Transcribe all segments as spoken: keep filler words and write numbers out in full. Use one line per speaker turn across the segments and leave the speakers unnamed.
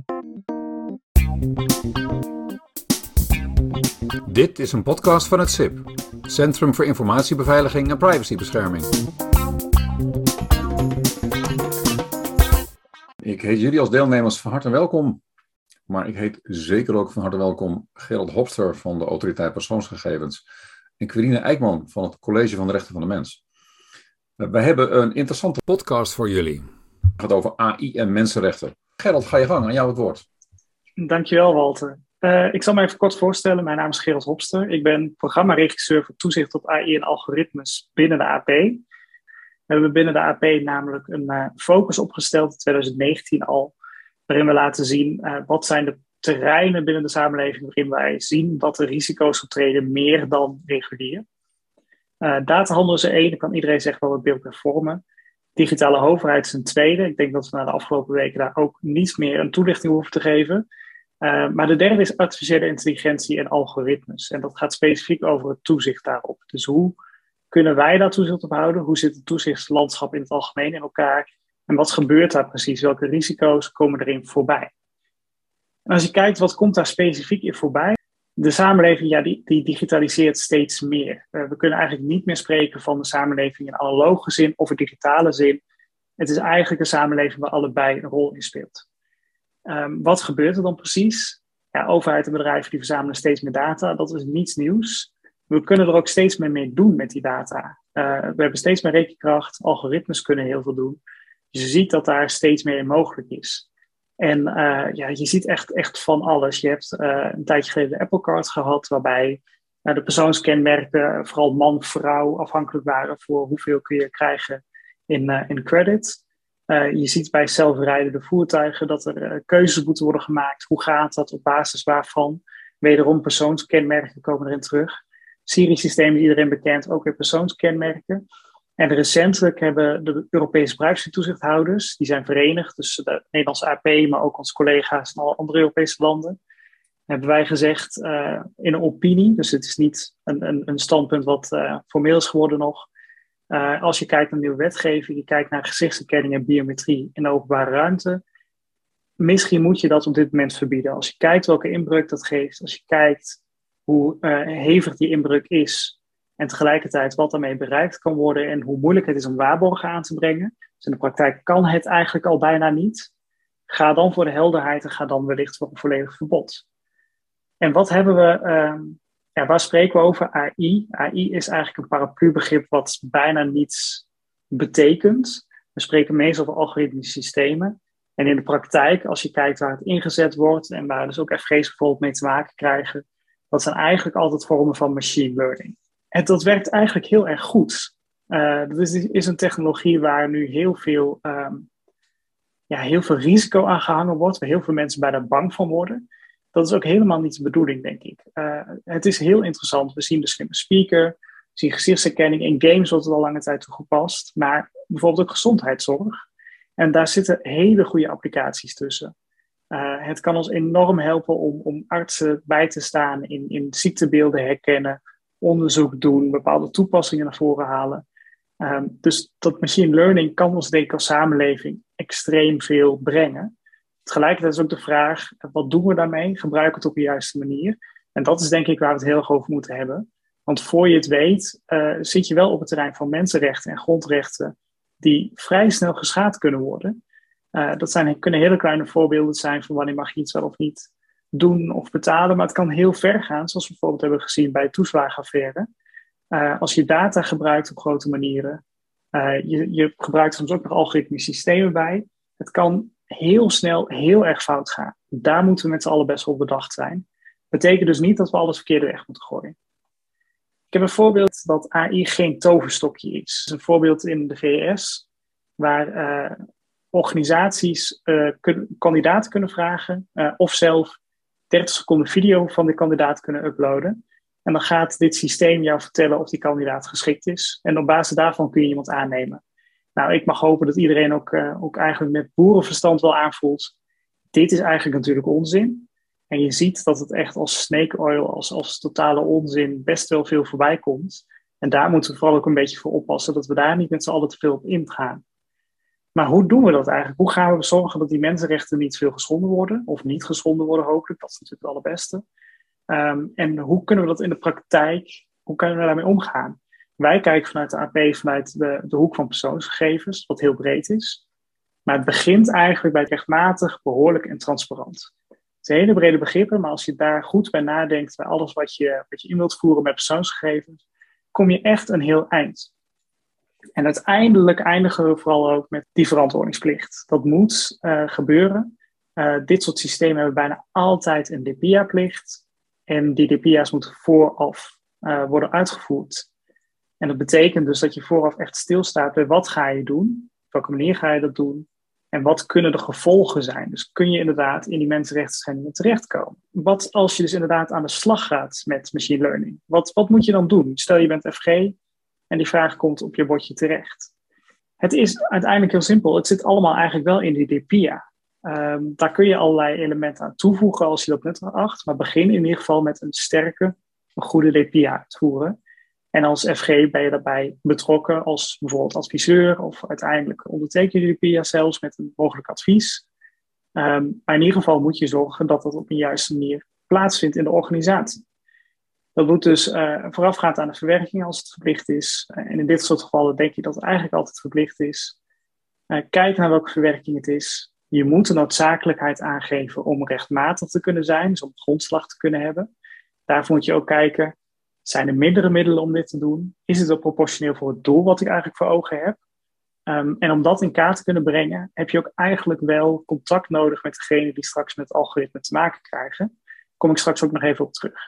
Dit is een podcast van het C I P, Centrum voor Informatiebeveiliging en Privacybescherming. Ik heet jullie als deelnemers van harte welkom, maar ik heet zeker ook van harte welkom Gerald Hopster van de Autoriteit Persoonsgegevens en Quirine Eijkman van het College van de Rechten van de Mens. Wij hebben een interessante podcast voor jullie. Het gaat over A I en mensenrechten. Gerald, ga je gang, aan jou het woord.
Dankjewel, Walter. Uh, ik zal me even kort voorstellen. Mijn naam is Gerald Hopster. Ik ben programmaregisseur voor toezicht op A I en algoritmes binnen de A P. We hebben binnen de A P namelijk een uh, focus opgesteld in twintig negentien al, waarin we laten zien uh, wat zijn de terreinen binnen de samenleving waarin wij zien dat er risico's optreden meer dan regulier. Uh, datahandel is er één, dan kan iedereen zeggen wel wat beeld performen. Digitale overheid is een tweede. Ik denk dat we na de afgelopen weken daar ook niet meer een toelichting hoeven te geven. Uh, maar de derde is artificiële intelligentie en algoritmes. En dat gaat specifiek over het toezicht daarop. Dus hoe kunnen wij daar toezicht op houden? Hoe zit het toezichtslandschap in het algemeen in elkaar? En wat gebeurt daar precies? Welke risico's komen erin voorbij? En als je kijkt, wat komt daar specifiek in voorbij? De samenleving, ja, die, die digitaliseert steeds meer. Uh, we kunnen eigenlijk niet meer spreken van de samenleving in analoge zin of in digitale zin. Het is eigenlijk een samenleving waar allebei een rol in speelt. Um, wat gebeurt er dan precies? Ja, overheid en bedrijven die verzamelen steeds meer data. Dat is niets nieuws. We kunnen er ook steeds meer mee doen met die data. Uh, we hebben steeds meer rekenkracht. Algoritmes kunnen heel veel doen. Dus je ziet dat daar steeds meer in mogelijk is. En uh, ja, je ziet echt, echt van alles. Je hebt uh, een tijdje geleden de Apple Card gehad, waarbij uh, de persoonskenmerken, vooral man, vrouw, afhankelijk waren voor hoeveel kun je krijgen in, uh, in credit. Uh, je ziet bij zelfrijdende voertuigen dat er uh, keuzes moeten worden gemaakt. Hoe gaat dat, op basis waarvan? Wederom persoonskenmerken komen erin terug. Siri-systeem is iedereen bekend, ook weer persoonskenmerken. En recentelijk hebben de Europese privacy-toezichthouders, die zijn verenigd, dus de Nederlandse A P, maar ook onze collega's in alle andere Europese landen, hebben wij gezegd uh, in een opinie, dus het is niet een, een, een standpunt wat uh, formeel is geworden nog. Uh, als je kijkt naar nieuwe wetgeving, je kijkt naar gezichtsherkenning en biometrie in de openbare ruimte, misschien moet je dat op dit moment verbieden. Als je kijkt welke inbreuk dat geeft, als je kijkt hoe uh, hevig die inbreuk is en tegelijkertijd wat daarmee bereikt kan worden en hoe moeilijk het is om waarborgen aan te brengen. Dus in de praktijk kan het eigenlijk al bijna niet. Ga dan voor de helderheid en ga dan wellicht voor een volledig verbod. En wat hebben we... Uh, Ja, waar spreken we over? A I. A I is eigenlijk een paraplubegrip wat bijna niets betekent. We spreken meestal over algoritmische systemen. En in de praktijk, als je kijkt waar het ingezet wordt en waar dus ook F G's bijvoorbeeld mee te maken krijgen, dat zijn eigenlijk altijd vormen van machine learning. En dat werkt eigenlijk heel erg goed. Uh, dat is, is een technologie waar nu heel veel, um, ja, heel veel risico aan gehangen wordt, waar heel veel mensen bijna bang van worden. Dat is ook helemaal niet de bedoeling, denk ik. Uh, het is heel interessant. We zien de slimme speaker, we zien gezichtsherkenning. In games wordt het al lange tijd toegepast. Maar bijvoorbeeld ook gezondheidszorg. En daar zitten hele goede applicaties tussen. Uh, het kan ons enorm helpen om, om artsen bij te staan in, in ziektebeelden herkennen, onderzoek doen, bepaalde toepassingen naar voren halen. Um, dus dat machine learning kan ons, denk ik, als samenleving extreem veel brengen. Tegelijkertijd is ook de vraag, wat doen we daarmee? Gebruiken we het op de juiste manier? En dat is denk ik waar we het heel erg over moeten hebben. Want voor je het weet, uh, zit je wel op het terrein van mensenrechten en grondrechten die vrij snel geschaad kunnen worden. Uh, dat zijn, kunnen hele kleine voorbeelden zijn van wanneer mag je iets wel of niet doen of betalen. Maar het kan heel ver gaan, zoals we bijvoorbeeld hebben gezien bij de toeslagenaffaire. Uh, als je data gebruikt op grote manieren, uh, je, je gebruikt soms ook nog algoritmische systemen bij. Het kan heel snel heel erg fout gaan. Daar moeten we met z'n allen best wel bedacht zijn. Dat betekent dus niet dat we alles verkeerde weg moeten gooien. Ik heb een voorbeeld dat A I geen toverstokje is. Het is een voorbeeld in de V S waar uh, organisaties uh, kun, kandidaten kunnen vragen uh, of zelf dertig seconden video van de kandidaat kunnen uploaden. En dan gaat dit systeem jou vertellen of die kandidaat geschikt is. En op basis daarvan kun je iemand aannemen. Nou, ik mag hopen dat iedereen ook, uh, ook eigenlijk met boerenverstand wel aanvoelt. Dit is eigenlijk natuurlijk onzin. En je ziet dat het echt als snake oil, als, als totale onzin, best wel veel voorbij komt. En daar moeten we vooral ook een beetje voor oppassen, dat we daar niet met z'n allen te veel op ingaan. Maar hoe doen we dat eigenlijk? Hoe gaan we zorgen dat die mensenrechten niet veel geschonden worden? Of niet geschonden worden, hopelijk. Dat is natuurlijk het allerbeste. Um, en hoe kunnen we dat in de praktijk, hoe kunnen we daarmee omgaan? Wij kijken vanuit de A P, vanuit de, de hoek van persoonsgegevens, wat heel breed is. Maar het begint eigenlijk bij rechtmatig, behoorlijk en transparant. Het zijn hele brede begrippen, maar als je daar goed bij nadenkt, bij alles wat je, wat je in wilt voeren met persoonsgegevens, kom je echt een heel eind. En uiteindelijk eindigen we vooral ook met die verantwoordingsplicht. Dat moet uh, gebeuren. Uh, dit soort systemen hebben bijna altijd een D P A-plicht. En die D P A's moeten vooraf uh, worden uitgevoerd. En dat betekent dus dat je vooraf echt stilstaat bij wat ga je doen, op welke manier ga je dat doen en wat kunnen de gevolgen zijn. Dus kun je inderdaad in die mensenrechtenschendingen terechtkomen. Wat als je dus inderdaad aan de slag gaat met machine learning? Wat, wat moet je dan doen? Stel je bent F G en die vraag komt op je bordje terecht. Het is uiteindelijk heel simpel. Het zit allemaal eigenlijk wel in die D P A. Um, daar kun je allerlei elementen aan toevoegen als je dat nuttig acht. Maar begin in ieder geval met een sterke, een goede D P A uitvoeren. En als F G ben je daarbij betrokken als bijvoorbeeld adviseur of uiteindelijk onderteken je de D P A zelfs met een mogelijk advies. Um, maar in ieder geval moet je zorgen dat dat op een juiste manier plaatsvindt in de organisatie. Dat moet dus uh, voorafgaand aan de verwerking als het verplicht is. Uh, en in dit soort gevallen denk je dat het eigenlijk altijd verplicht is. Uh, kijk naar welke verwerking het is. Je moet de noodzakelijkheid aangeven om rechtmatig te kunnen zijn, dus om grondslag te kunnen hebben. Daarvoor moet je ook kijken, zijn er mindere middelen om dit te doen? Is het ook proportioneel voor het doel wat ik eigenlijk voor ogen heb? Um, en om dat in kaart te kunnen brengen, heb je ook eigenlijk wel contact nodig met degene die straks met het algoritme te maken krijgen. Daar kom ik straks ook nog even op terug.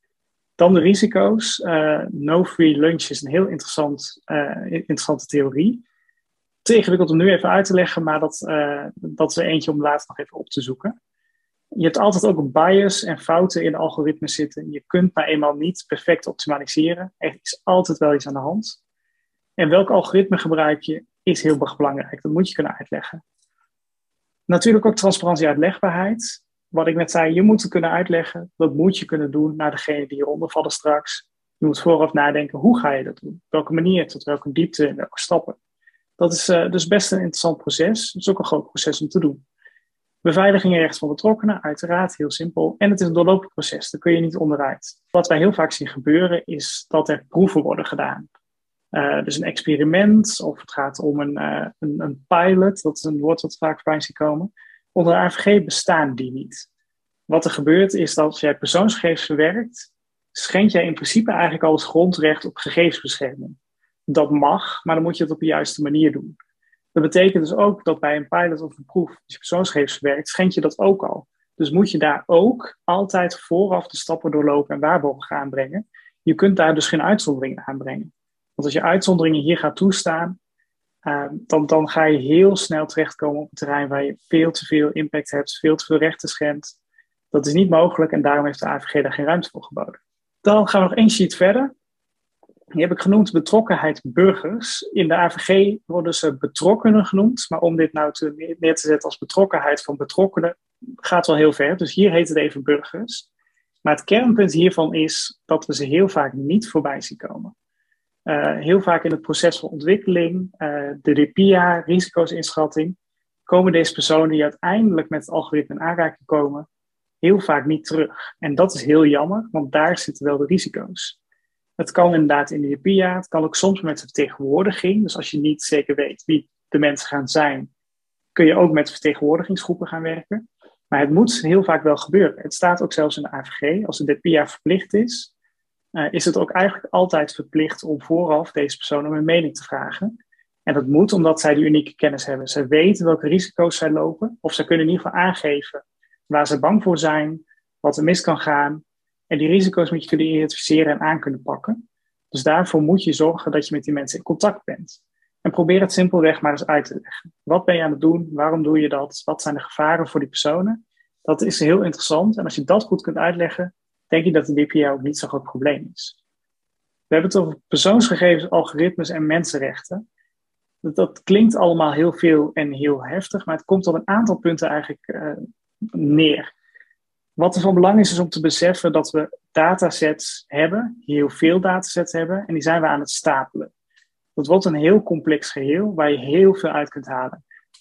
Dan de risico's. Uh, no free lunch is een heel interessant, uh, interessante theorie. Te ingewikkeld om nu even uit te leggen, maar dat, uh, dat is er eentje om later nog even op te zoeken. Je hebt altijd ook een bias en fouten in de algoritmes zitten. Je kunt maar eenmaal niet perfect optimaliseren. Er is altijd wel iets aan de hand. En welk algoritme gebruik je is heel erg belangrijk. Dat moet je kunnen uitleggen. Natuurlijk ook transparantie en uitlegbaarheid. Wat ik net zei, je moet het kunnen uitleggen. Dat moet je kunnen doen naar degene die hieronder vallen straks. Je moet vooraf nadenken, hoe ga je dat doen? Op welke manier, tot welke diepte en welke stappen. Dat is uh, dus best een interessant proces. Het is ook een groot proces om te doen. Beveiliging en recht van betrokkenen, uiteraard, heel simpel. En het is een doorlopend proces, daar kun je niet onderuit. Wat wij heel vaak zien gebeuren, is dat er proeven worden gedaan. Uh, dus een experiment, of het gaat om een, uh, een, een pilot, dat is een woord dat vaak voorbij ziet komen. Onder de A V G bestaan die niet. Wat er gebeurt is dat als jij persoonsgegevens verwerkt, schendt jij in principe eigenlijk al het grondrecht op gegevensbescherming. Dat mag, maar dan moet je het op de juiste manier doen. Dat betekent dus ook dat bij een pilot of een proef, als je persoonsgegevens verwerkt, schendt je dat ook al. Dus moet je daar ook altijd vooraf de stappen doorlopen en waarborgen aanbrengen. Je kunt daar dus geen uitzonderingen aanbrengen. Want als je uitzonderingen hier gaat toestaan, uh, dan, dan ga je heel snel terechtkomen op een terrein waar je veel te veel impact hebt, veel te veel rechten schendt. Dat is niet mogelijk en daarom heeft de A V G daar geen ruimte voor geboden. Dan gaan we nog één sheet verder. Die heb ik genoemd betrokkenheid burgers. In de A V G worden ze betrokkenen genoemd, maar om dit nou te, neer te zetten als betrokkenheid van betrokkenen gaat wel heel ver. Dus hier heet het even burgers. Maar het kernpunt hiervan is dat we ze heel vaak niet voorbij zien komen. Uh, heel vaak in het proces van ontwikkeling, uh, de D P A, risico's-inschatting, komen deze personen die uiteindelijk met het algoritme in aanraking komen, heel vaak niet terug. En dat is heel jammer, want daar zitten wel de risico's. Het kan inderdaad in de D P A, het kan ook soms met vertegenwoordiging. Dus als je niet zeker weet wie de mensen gaan zijn, kun je ook met vertegenwoordigingsgroepen gaan werken. Maar het moet heel vaak wel gebeuren. Het staat ook zelfs in de A V G, als de D P A verplicht is, Uh, is het ook eigenlijk altijd verplicht om vooraf deze persoon om een mening te vragen. En dat moet omdat zij die unieke kennis hebben. Zij weten welke risico's zij lopen, of zij kunnen in ieder geval aangeven waar ze bang voor zijn, wat er mis kan gaan. En die risico's moet je kunnen identificeren en aan kunnen pakken. Dus daarvoor moet je zorgen dat je met die mensen in contact bent. En probeer het simpelweg maar eens uit te leggen. Wat ben je aan het doen? Waarom doe je dat? Wat zijn de gevaren voor die personen? Dat is heel interessant. En als je dat goed kunt uitleggen, denk ik dat de D P A ook niet zo'n groot probleem is. We hebben het over persoonsgegevens, algoritmes en mensenrechten. Dat, dat klinkt allemaal heel veel en heel heftig, maar het komt op een aantal punten eigenlijk uh, neer. Wat er van belang is, is om te beseffen dat we datasets hebben, heel veel datasets hebben, en die zijn we aan het stapelen. Dat wordt een heel complex geheel waar je heel veel uit kunt halen.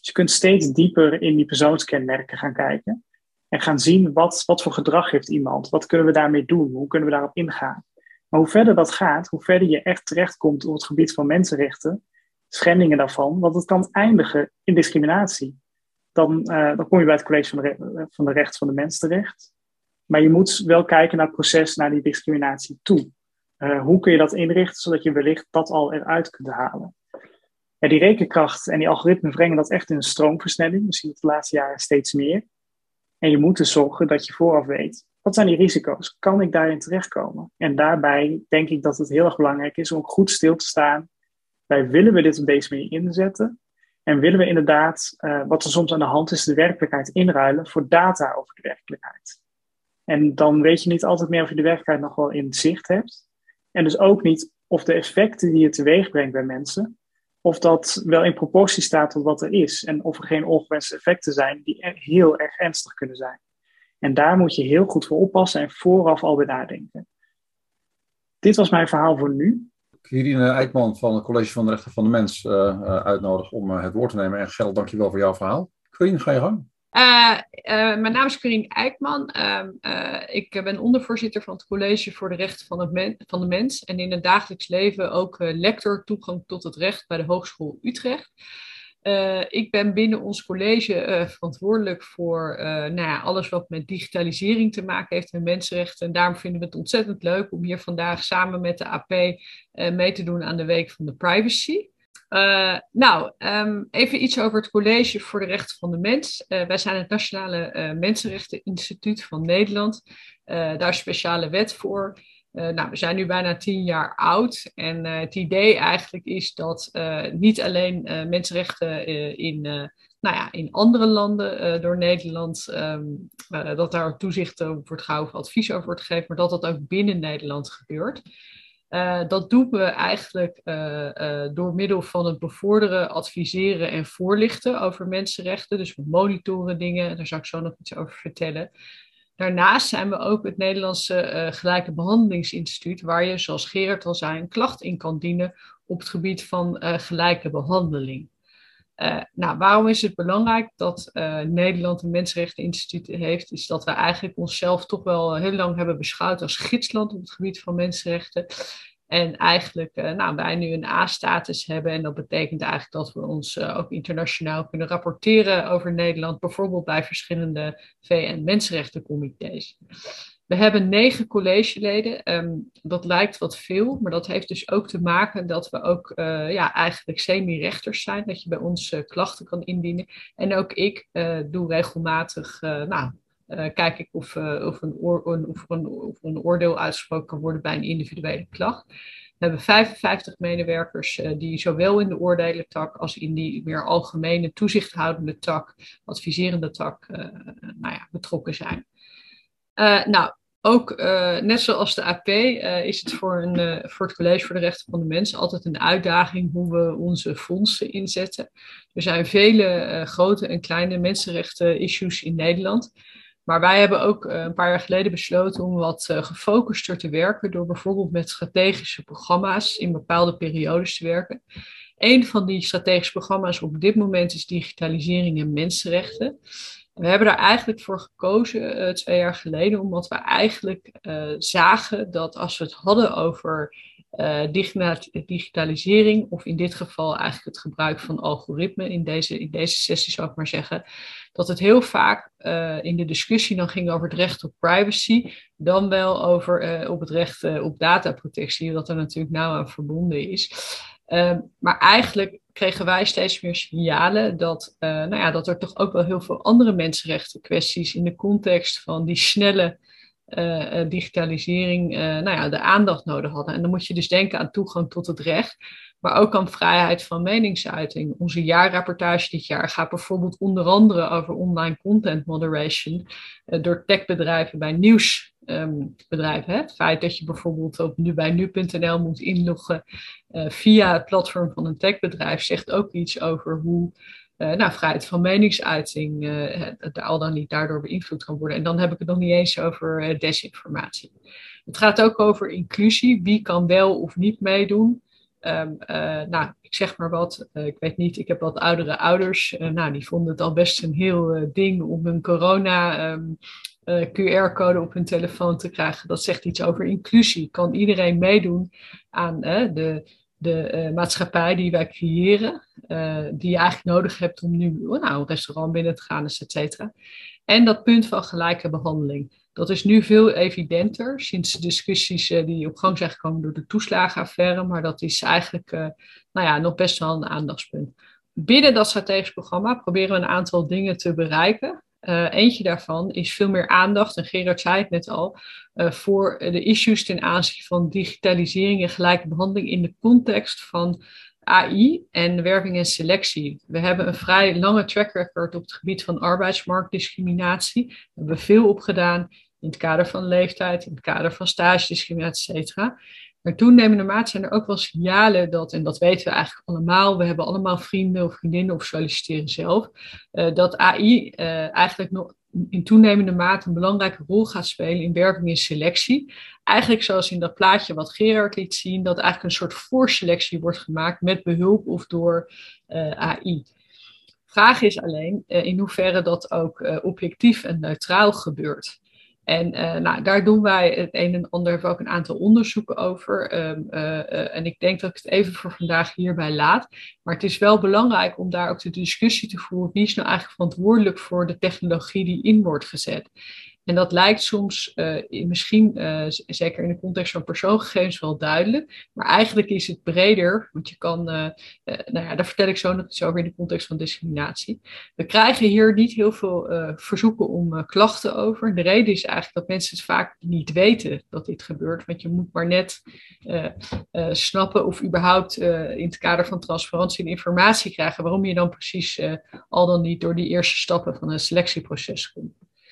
Dus je kunt steeds dieper in die persoonskenmerken gaan kijken. En gaan zien wat, wat voor gedrag heeft iemand. Wat kunnen we daarmee doen? Hoe kunnen we daarop ingaan? Maar hoe verder dat gaat, hoe verder je echt terechtkomt op het gebied van mensenrechten, schendingen daarvan, want het kan eindigen in discriminatie. Dan, uh, dan kom je bij het college van de, re- van de rechten van de mens terecht. Maar je moet wel kijken naar het proces, naar die discriminatie toe. Uh, hoe kun je dat inrichten, zodat je wellicht dat al eruit kunt halen? Ja, die rekenkracht en die algoritmen brengen dat echt in een stroomversnelling. We zien het de laatste jaren steeds meer. En je moet dus zorgen dat je vooraf weet, wat zijn die risico's? Kan ik daarin terechtkomen? En daarbij denk ik dat het heel erg belangrijk is om ook goed stil te staan. Bij willen we dit op deze manier inzetten? En willen we inderdaad, uh, wat er soms aan de hand is, de werkelijkheid inruilen voor data over de werkelijkheid? En dan weet je niet altijd meer of je de werkelijkheid nog wel in zicht hebt. En dus ook niet of de effecten die je teweeg brengt bij mensen, of dat wel in proportie staat tot wat er is. En of er geen ongewenste effecten zijn die heel erg ernstig kunnen zijn. En daar moet je heel goed voor oppassen en vooraf al bij nadenken. Dit was mijn verhaal voor nu.
Quirine Eijkman van het College van de Rechten van de Mens uh, uh, uitnodigen om uh, het woord te nemen. En Gerald, dankjewel voor jouw verhaal. Quirine, ga je gang.
Uh, uh, mijn naam is Quirine Eijkman. Uh, uh, ik ben ondervoorzitter van het College voor de Rechten van, het men- van de Mens. En in het dagelijks leven ook uh, lector toegang tot het recht bij de Hogeschool Utrecht. Uh, ik ben binnen ons college uh, verantwoordelijk voor uh, nou ja, alles wat met digitalisering te maken heeft en mensenrechten. En daarom vinden we het ontzettend leuk om hier vandaag samen met de A P uh, mee te doen aan de Week van de Privacy. Uh, nou, um, even iets over het College voor de Rechten van de Mens. Uh, wij zijn het Nationale uh, Mensenrechteninstituut van Nederland. Uh, daar is een speciale wet voor. Uh, nou, we zijn nu bijna tien jaar oud en uh, het idee eigenlijk is dat uh, niet alleen uh, mensenrechten uh, in, uh, nou ja, in andere landen uh, door Nederland, um, uh, dat daar toezicht over wordt gehouden of advies over wordt gegeven, maar dat dat ook binnen Nederland gebeurt. Uh, dat doen we eigenlijk uh, uh, door middel van het bevorderen, adviseren en voorlichten over mensenrechten. Dus we monitoren dingen, daar zal ik zo nog iets over vertellen. Daarnaast zijn we ook het Nederlandse uh, Gelijke Behandelingsinstituut, waar je, zoals Gerard al zei, een klacht in kan dienen op het gebied van uh, gelijke behandeling. Uh, nou, waarom is het belangrijk dat uh, Nederland een Mensenrechteninstituut heeft? Is dat we eigenlijk onszelf toch wel heel lang hebben beschouwd als gidsland op het gebied van mensenrechten. En eigenlijk uh, nou, wij nu een A-status hebben. En dat betekent eigenlijk dat we ons uh, ook internationaal kunnen rapporteren over Nederland. Bijvoorbeeld bij verschillende V N-mensenrechtencomité's. We hebben negen collegeleden. Um, dat lijkt wat veel, maar dat heeft dus ook te maken dat we ook uh, ja, eigenlijk semi-rechters zijn. Dat je bij ons uh, klachten kan indienen. En ook ik uh, doe regelmatig, uh, nou, uh, kijk ik of, uh, of, een oor, of, een, of een oordeel uitgesproken kan worden bij een individuele klacht. We hebben vijfenvijftig medewerkers uh, die zowel in de oordelentak als in die meer algemene toezichthoudende tak, adviserende tak, uh, nou ja, betrokken zijn. Uh, nou, ook uh, net zoals de A P uh, is het voor, een, uh, voor het College voor de Rechten van de Mens altijd een uitdaging hoe we onze fondsen inzetten. Er zijn vele uh, grote en kleine mensenrechten issues in Nederland. Maar wij hebben ook uh, een paar jaar geleden besloten om wat uh, gefocuster te werken door bijvoorbeeld met strategische programma's in bepaalde periodes te werken. Een van die strategische programma's op dit moment is digitalisering en mensenrechten. We hebben daar eigenlijk voor gekozen uh, twee jaar geleden, omdat we eigenlijk uh, zagen dat als we het hadden over uh, digitalisering, of in dit geval eigenlijk het gebruik van algoritmen, in deze, in deze sessie zou ik maar zeggen, dat het heel vaak uh, in de discussie dan ging over het recht op privacy, dan wel over uh, op het recht uh, op dataprotectie, wat er natuurlijk nauw aan verbonden is. Uh, maar eigenlijk kregen wij steeds meer signalen dat, uh, nou ja, dat er toch ook wel heel veel andere mensenrechten kwesties in de context van die snelle uh, uh, digitalisering uh, nou ja, de aandacht nodig hadden. En dan moet je dus denken aan toegang tot het recht, maar ook aan vrijheid van meningsuiting. Onze jaarrapportage dit jaar gaat bijvoorbeeld onder andere over online content moderation uh, door techbedrijven bij nieuws. Um, bedrijf. Hè? Het feit dat je bijvoorbeeld op nu bij nu punt n l moet inloggen uh, via het platform van een techbedrijf zegt ook iets over hoe uh, nou, vrijheid van meningsuiting uh, al dan niet daardoor beïnvloed kan worden. En dan heb ik het nog niet eens over uh, desinformatie. Het gaat ook over inclusie. Wie kan wel of niet meedoen? Um, uh, nou, ik zeg maar wat, uh, ik weet niet, ik heb wat oudere ouders. Uh, nou, die vonden het al best een heel uh, ding om een corona um, uh, Q R-code op hun telefoon te krijgen. Dat zegt iets over inclusie. Kan iedereen meedoen aan uh, de, de uh, maatschappij die wij creëren, uh, die je eigenlijk nodig hebt om nu oh, nou, een restaurant binnen te gaan, et cetera. En dat punt van gelijke behandeling. Dat is nu veel evidenter sinds de discussies uh, die op gang zijn gekomen door de toeslagenaffaire. Maar dat is eigenlijk uh, nou ja, nog best wel een aandachtspunt. Binnen dat strategisch programma proberen we een aantal dingen te bereiken. Uh, eentje daarvan is veel meer aandacht, en Gerard zei het net al, uh, voor de issues ten aanzien van digitalisering en gelijke behandeling in de context van A I en werving en selectie. We hebben een vrij lange track record op het gebied van arbeidsmarktdiscriminatie. Daar hebben we veel op gedaan in het kader van leeftijd, in het kader van stagediscriminatie, et cetera. Maar toenemende mate zijn er ook wel signalen dat, en dat weten we eigenlijk allemaal, we hebben allemaal vrienden of vriendinnen of solliciteren zelf, uh, dat A I uh, eigenlijk nog in toenemende mate een belangrijke rol gaat spelen in werving en selectie. Eigenlijk zoals in dat plaatje wat Gerard liet zien, dat eigenlijk een soort voorselectie wordt gemaakt met behulp of door uh, A I. Vraag is alleen uh, in hoeverre dat ook uh, objectief en neutraal gebeurt. En uh, nou, daar doen wij het een en ander, hebben we ook een aantal onderzoeken over. Um, uh, uh, en ik denk dat ik het even voor vandaag hierbij laat. Maar het is wel belangrijk om daar ook de discussie te voeren. Wie is nou eigenlijk verantwoordelijk voor de technologie die in wordt gezet? En dat lijkt soms uh, misschien, uh, zeker in de context van persoonsgegevens, wel duidelijk. Maar eigenlijk is het breder, want je kan, uh, uh, nou ja, daar vertel ik zo nog iets over in de context van discriminatie. We krijgen hier niet heel veel uh, verzoeken om uh, klachten over. De reden is eigenlijk dat mensen het vaak niet weten dat dit gebeurt. Want je moet maar net uh, uh, snappen of überhaupt uh, in het kader van transparantie en informatie krijgen waarom je dan precies uh, al dan niet door die eerste stappen van een selectieproces komt.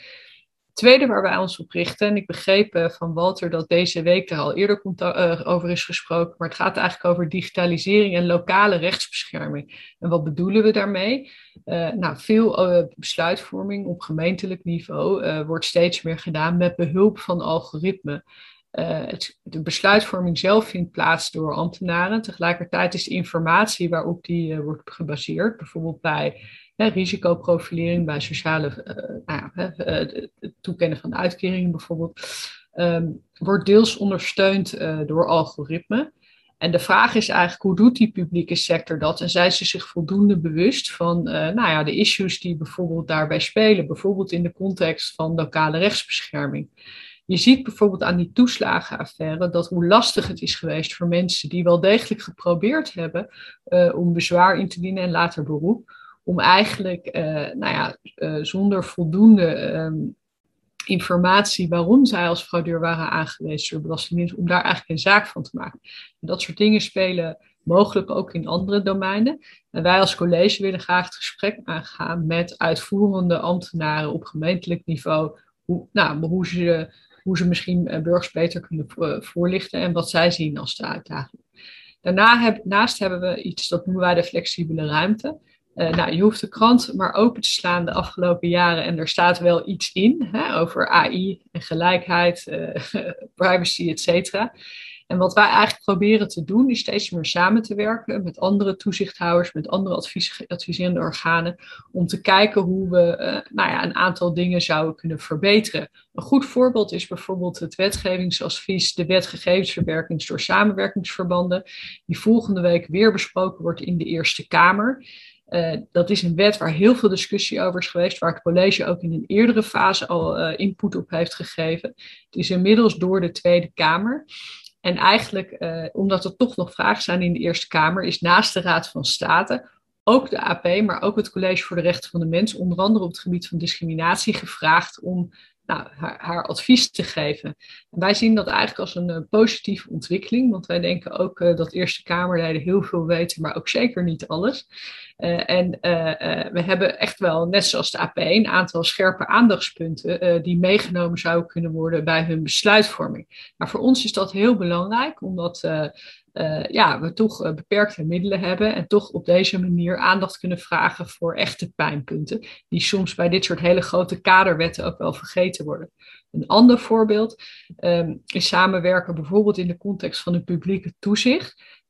Het tweede waar wij ons op richten, en ik begreep uh, van Walter dat deze week er al eerder contact, uh, over is gesproken, maar het gaat eigenlijk over digitalisering en lokale rechtsbescherming. En wat bedoelen we daarmee? Uh, nou, veel uh, besluitvorming op gemeentelijk niveau uh, wordt steeds meer gedaan met behulp van algoritmen. Uh, het, de besluitvorming zelf vindt plaats door ambtenaren. Tegelijkertijd is de informatie waarop die uh, wordt gebaseerd, bijvoorbeeld bij hè, risicoprofilering, bij sociale uh, nou ja, uh, het toekennen van uitkeringen bijvoorbeeld, um, wordt deels ondersteund uh, door algoritmen. En de vraag is eigenlijk, hoe doet die publieke sector dat? En zijn ze zich voldoende bewust van uh, nou ja, de issues die bijvoorbeeld daarbij spelen, bijvoorbeeld in de context van lokale rechtsbescherming? Je ziet bijvoorbeeld aan die toeslagenaffaire dat hoe lastig het is geweest voor mensen die wel degelijk geprobeerd hebben uh, om bezwaar in te dienen en later beroep, om eigenlijk uh, nou ja, uh, zonder voldoende um, informatie waarom zij als fraudeur waren aangewezen door de Belastingdienst, om daar eigenlijk een zaak van te maken. En dat soort dingen spelen mogelijk ook in andere domeinen. En wij als college willen graag het gesprek aangaan met uitvoerende ambtenaren op gemeentelijk niveau, hoe, nou, hoe ze... hoe ze misschien burgers beter kunnen voorlichten en wat zij zien als de uitdaging. Daarnaast hebben we iets, dat noemen wij de flexibele ruimte. Uh, nou, je hoeft de krant maar open te slaan de afgelopen jaren en er staat wel iets in hè, over A I en gelijkheid, uh, privacy, et cetera. En wat wij eigenlijk proberen te doen, is steeds meer samen te werken met andere toezichthouders, met andere advies, adviserende organen, om te kijken hoe we uh, nou ja, een aantal dingen zouden kunnen verbeteren. Een goed voorbeeld is bijvoorbeeld het wetgevingsadvies, de wet gegevensverwerking door samenwerkingsverbanden, die volgende week weer besproken wordt in de Eerste Kamer. Uh, dat is een wet waar heel veel discussie over is geweest, waar het college ook in een eerdere fase al uh, input op heeft gegeven. Het is inmiddels door de Tweede Kamer. En eigenlijk, uh, omdat er toch nog vragen zijn in de Eerste Kamer, is naast de Raad van State ook de A P, maar ook het College voor de Rechten van de Mens, onder andere op het gebied van discriminatie, gevraagd om nou, haar, haar advies te geven. En wij zien dat eigenlijk als een uh, positieve ontwikkeling, want wij denken ook uh, dat Eerste Kamerleden heel veel weten, maar ook zeker niet alles. Uh, en uh, uh, we hebben echt wel, net zoals de A P, een aantal scherpe aandachtspunten uh, die meegenomen zouden kunnen worden bij hun besluitvorming. Maar voor ons is dat heel belangrijk, omdat uh, uh, ja, we toch uh, beperkte middelen hebben en toch op deze manier aandacht kunnen vragen voor echte pijnpunten, die soms bij dit soort hele grote kaderwetten ook wel vergeten worden. Een ander voorbeeld um, is samenwerken bijvoorbeeld in de context van het publieke toezicht.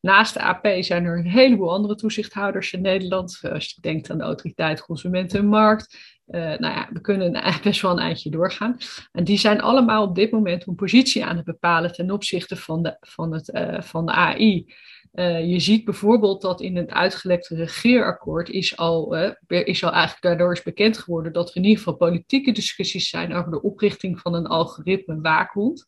Naast de A P zijn er een heleboel andere toezichthouders in Nederland. Als je denkt aan de Autoriteit Consument en Markt. Uh, nou ja, we kunnen best wel een eindje doorgaan. En die zijn allemaal op dit moment een positie aan het bepalen ten opzichte van de, van het, uh, van de A I. Uh, je ziet bijvoorbeeld dat in het uitgelekte regeerakkoord is al, uh, is al eigenlijk daardoor is bekend geworden dat er in ieder geval politieke discussies zijn over de oprichting van een algoritme waakhond.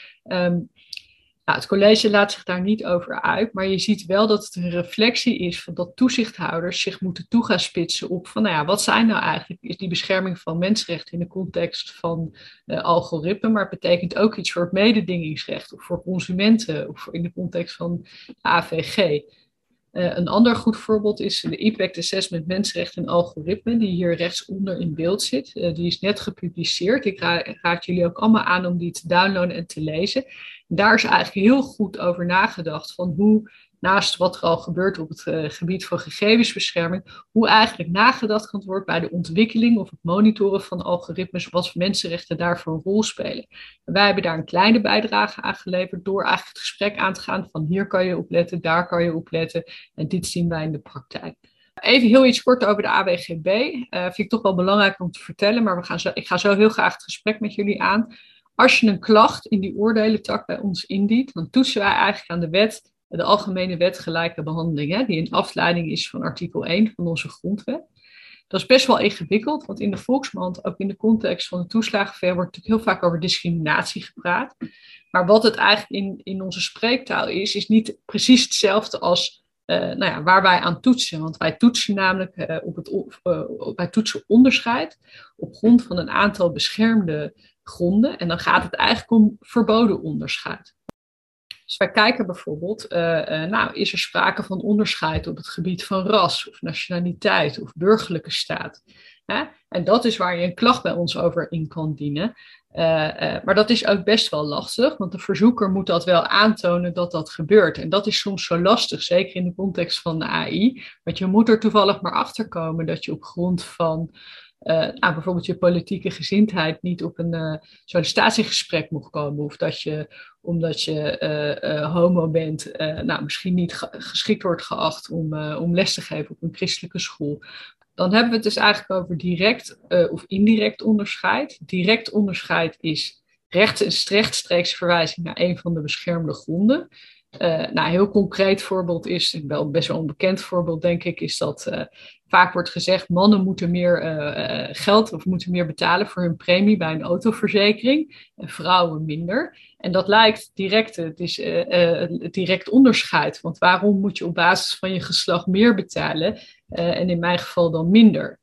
Um, Nou, het college laat zich daar niet over uit, maar je ziet wel dat het een reflectie is van dat toezichthouders zich moeten toe gaan spitsen op van, nou ja, wat zijn nou eigenlijk, is die bescherming van mensenrechten in de context van uh, algoritme, maar het betekent ook iets voor het mededingingsrecht of voor consumenten of in de context van A V G. Uh, een ander goed voorbeeld is de Impact Assessment Mensenrechten en Algoritme, die hier rechtsonder in beeld zit. Uh, die is net gepubliceerd. Ik ra- raad jullie ook allemaal aan om die te downloaden en te lezen. En daar is eigenlijk heel goed over nagedacht van hoe, naast wat er al gebeurt op het uh, gebied van gegevensbescherming, hoe eigenlijk nagedacht kan worden bij de ontwikkeling of het monitoren van algoritmes, wat mensenrechten daarvoor een rol spelen. En wij hebben daar een kleine bijdrage aan geleverd door eigenlijk het gesprek aan te gaan van hier kan je op letten, daar kan je op letten en dit zien wij in de praktijk. Even heel iets kort over de A W G B. Uh, vind ik toch wel belangrijk om te vertellen, maar we gaan zo, ik ga zo heel graag het gesprek met jullie aan. Als je een klacht in die oordelentak bij ons indient, dan toetsen wij eigenlijk aan de wet, de Algemene Wet Gelijke Behandeling, hè, die een afleiding is van artikel één van onze grondwet. Dat is best wel ingewikkeld, want in de volksmond, ook in de context van de toeslagenaffaire, wordt natuurlijk heel vaak over discriminatie gepraat. Maar wat het eigenlijk in, in onze spreektaal is, is niet precies hetzelfde als uh, nou ja, waar wij aan toetsen. Want wij toetsen namelijk uh, op het, uh, wij toetsen onderscheid op grond van een aantal beschermde gronden. En dan gaat het eigenlijk om verboden onderscheid. Dus wij kijken bijvoorbeeld, uh, uh, nou, is er sprake van onderscheid op het gebied van ras of nationaliteit of burgerlijke staat? Hè? En dat is waar je een klacht bij ons over in kan dienen. Uh, uh, maar dat is ook best wel lastig, want de verzoeker moet dat wel aantonen dat dat gebeurt. En dat is soms zo lastig, zeker in de context van de A I. Want je moet er toevallig maar achter komen dat je op grond van Uh, nou, bijvoorbeeld je politieke gezindheid niet op een uh, sollicitatiegesprek mocht komen. Of dat je, omdat je uh, uh, homo bent, uh, nou, misschien niet ge- geschikt wordt geacht om, uh, om les te geven op een christelijke school. Dan hebben we het dus eigenlijk over direct uh, of indirect onderscheid. Direct onderscheid is recht, rechtstreeks verwijzing naar een van de beschermde gronden. Uh, nou, een heel concreet voorbeeld is, wel best wel een bekend voorbeeld denk ik, is dat uh, vaak wordt gezegd mannen moeten meer uh, geld of moeten meer betalen voor hun premie bij een autoverzekering en vrouwen minder. En dat lijkt direct, het is uh, uh, direct onderscheid, want waarom moet je op basis van je geslacht meer betalen uh, en in mijn geval dan minder?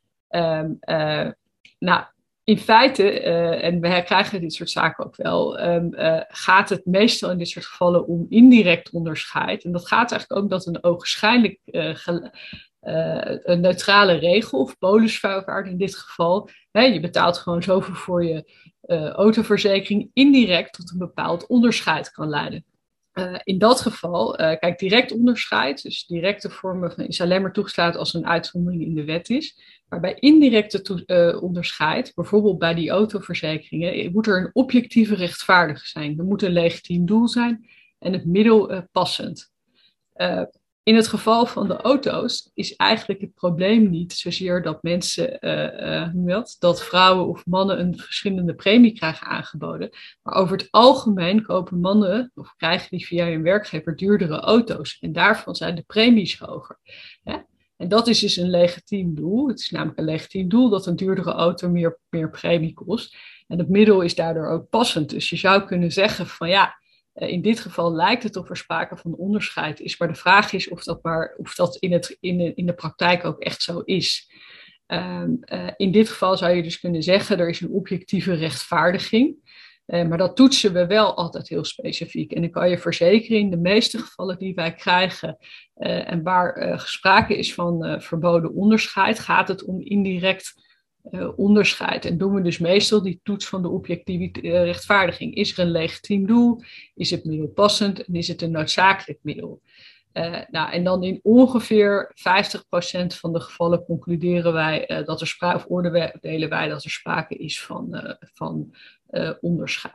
Um, uh, nou, in feite, uh, en we krijgen dit soort zaken ook wel, um, uh, gaat het meestal in dit soort gevallen om indirect onderscheid. En dat gaat eigenlijk ook dat een ogenschijnlijk uh, ge, uh, een neutrale regel of polisvuilwaarde in dit geval. Hè, je betaalt gewoon zoveel voor je uh, autoverzekering indirect tot een bepaald onderscheid kan leiden. Uh, in dat geval, uh, kijk, direct onderscheid, dus directe vormen van, is alleen maar toegestaan als een uitzondering in de wet is. Maar bij indirecte to- uh, onderscheid, bijvoorbeeld bij die autoverzekeringen, moet er een objectieve rechtvaardige zijn. Er moet een legitiem doel zijn en het middel uh, passend. Uh, in het geval van de auto's is eigenlijk het probleem niet zozeer dat mensen, uh, uh, dat vrouwen of mannen een verschillende premie krijgen aangeboden. Maar over het algemeen kopen mannen of krijgen die via hun werkgever duurdere auto's. En daarvan zijn de premies hoger. Ja? En dat is dus een legitiem doel. Het is namelijk een legitiem doel dat een duurdere auto meer, meer premie kost. En het middel is daardoor ook passend. Dus je zou kunnen zeggen van ja, in dit geval lijkt het of er sprake van onderscheid is. Maar de vraag is of dat, maar, of dat in, het, in, de, in de praktijk ook echt zo is. Um, uh, in dit geval zou je dus kunnen zeggen, er is een objectieve rechtvaardiging. Uh, maar dat toetsen we wel altijd heel specifiek. En ik kan je verzekeren, in de meeste gevallen die wij krijgen uh, en waar uh, sprake is van uh, verboden onderscheid, gaat het om indirect uh, onderscheid. En doen we dus meestal die toets van de objectieve uh, rechtvaardiging. Is er een legitiem doel? Is het middel passend? En is het een noodzakelijk middel? Uh, nou, en dan in ongeveer vijftig procent van de gevallen concluderen wij uh, dat er sprake, of oordelen wij dat er sprake is van, uh, van uh, onderscheid.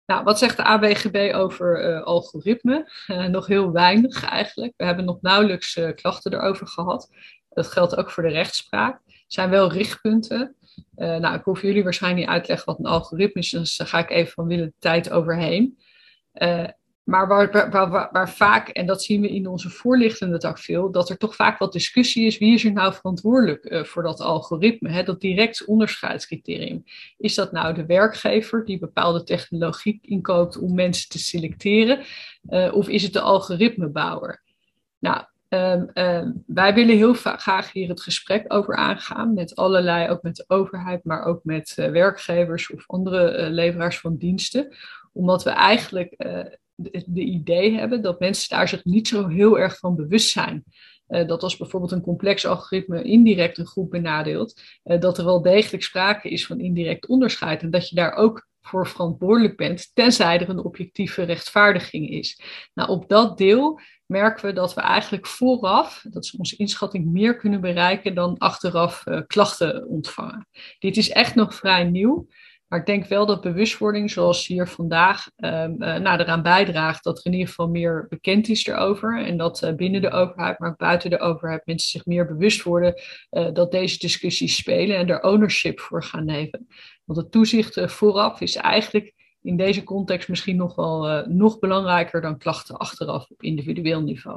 Nou, wat zegt de A B G B over uh, algoritme? Uh, nog heel weinig eigenlijk. We hebben nog nauwelijks uh, klachten erover gehad. Dat geldt ook voor de rechtspraak. Er zijn wel richtpunten. Uh, nou, ik hoef jullie waarschijnlijk niet uit te leggen wat een algoritme is, dus daar ga ik even van willen de tijd overheen. Uh, maar waar, waar, waar, waar vaak, en dat zien we in onze voorlichtende tak veel, dat er toch vaak wat discussie is, wie is er nou verantwoordelijk uh, voor dat algoritme, hè, dat direct onderscheidscriterium. Is dat nou de werkgever die bepaalde technologie inkoopt om mensen te selecteren, uh, of is het de algoritmebouwer? Nou, Um, um, wij willen heel va- graag hier het gesprek over aangaan met allerlei, ook met de overheid, maar ook met uh, werkgevers of andere uh, leveraars van diensten. Omdat we eigenlijk uh, de, de idee hebben dat mensen daar zich niet zo heel erg van bewust zijn. Uh, dat als bijvoorbeeld een complex algoritme indirect een groep benadeelt, uh, dat er wel degelijk sprake is van indirect onderscheid en dat je daar ook voor verantwoordelijk bent, tenzij er een objectieve rechtvaardiging is. Nou, op dat deel merken we dat we eigenlijk vooraf, dat is onze inschatting, meer kunnen bereiken dan achteraf uh, klachten ontvangen. Dit is echt nog vrij nieuw, maar ik denk wel dat bewustwording, zoals hier vandaag, um, uh, nou, eraan bijdraagt dat er in ieder geval meer bekend is erover en dat uh, binnen de overheid, maar ook buiten de overheid mensen zich meer bewust worden uh, dat deze discussies spelen en er ownership voor gaan nemen. Want het toezicht uh, vooraf is eigenlijk in deze context misschien nog wel uh, nog belangrijker dan klachten achteraf op individueel niveau.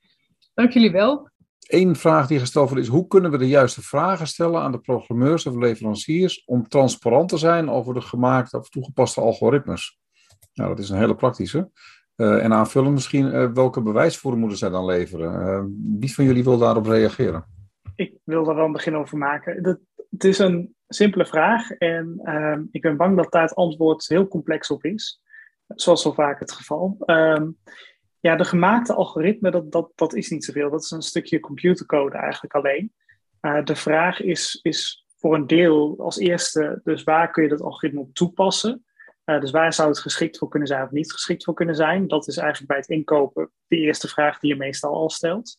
Dank jullie wel.
Eén vraag die gesteld wordt is, hoe kunnen we de juiste vragen stellen aan de programmeurs of leveranciers om transparant te zijn over de gemaakte of toegepaste algoritmes? Nou, dat is een hele praktische. Uh, en aanvullend misschien, uh, welke bewijsvoering moeten zij dan leveren? Uh, wie van jullie wil daarop reageren?
Ik wil daar wel een begin over maken. Dat, het is een simpele vraag en uh, ik ben bang dat daar het antwoord heel complex op is. Zoals zo vaak het geval. Um, ja, de gemaakte algoritme, dat, dat, dat is niet zoveel. Dat is een stukje computercode eigenlijk alleen. Uh, de vraag is, is voor een deel als eerste, dus waar kun je dat algoritme op toepassen? Uh, dus waar zou het geschikt voor kunnen zijn of niet geschikt voor kunnen zijn? Dat is eigenlijk bij het inkopen de eerste vraag die je meestal al stelt.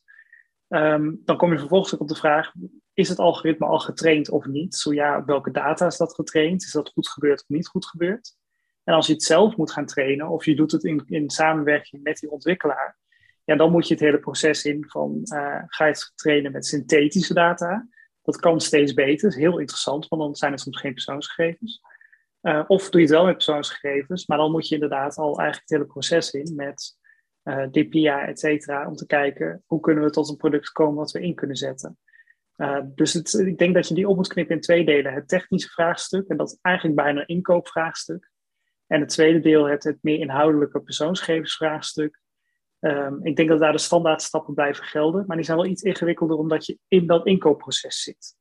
Um, dan kom je vervolgens ook op de vraag, is het algoritme al getraind of niet? Zo ja, op welke data is dat getraind? Is dat goed gebeurd of niet goed gebeurd? En als je het zelf moet gaan trainen, of je doet het in, in samenwerking met die ontwikkelaar, ja, dan moet je het hele proces in van, uh, ga je het trainen met synthetische data? Dat kan steeds beter, dat is heel interessant, want dan zijn het soms geen persoonsgegevens. Uh, of doe je het wel met persoonsgegevens, maar dan moet je inderdaad al eigenlijk het hele proces in met uh, D P I A, et cetera, om te kijken hoe kunnen we tot een product komen wat we in kunnen zetten. Uh, dus het, ik denk dat je die op moet knippen in twee delen. Het technische vraagstuk, en dat is eigenlijk bijna een inkoopvraagstuk. En het tweede deel, het, het meer inhoudelijke persoonsgegevensvraagstuk. Um, ik denk dat daar de standaardstappen blijven gelden, maar die zijn wel iets ingewikkelder omdat je in dat inkoopproces zit.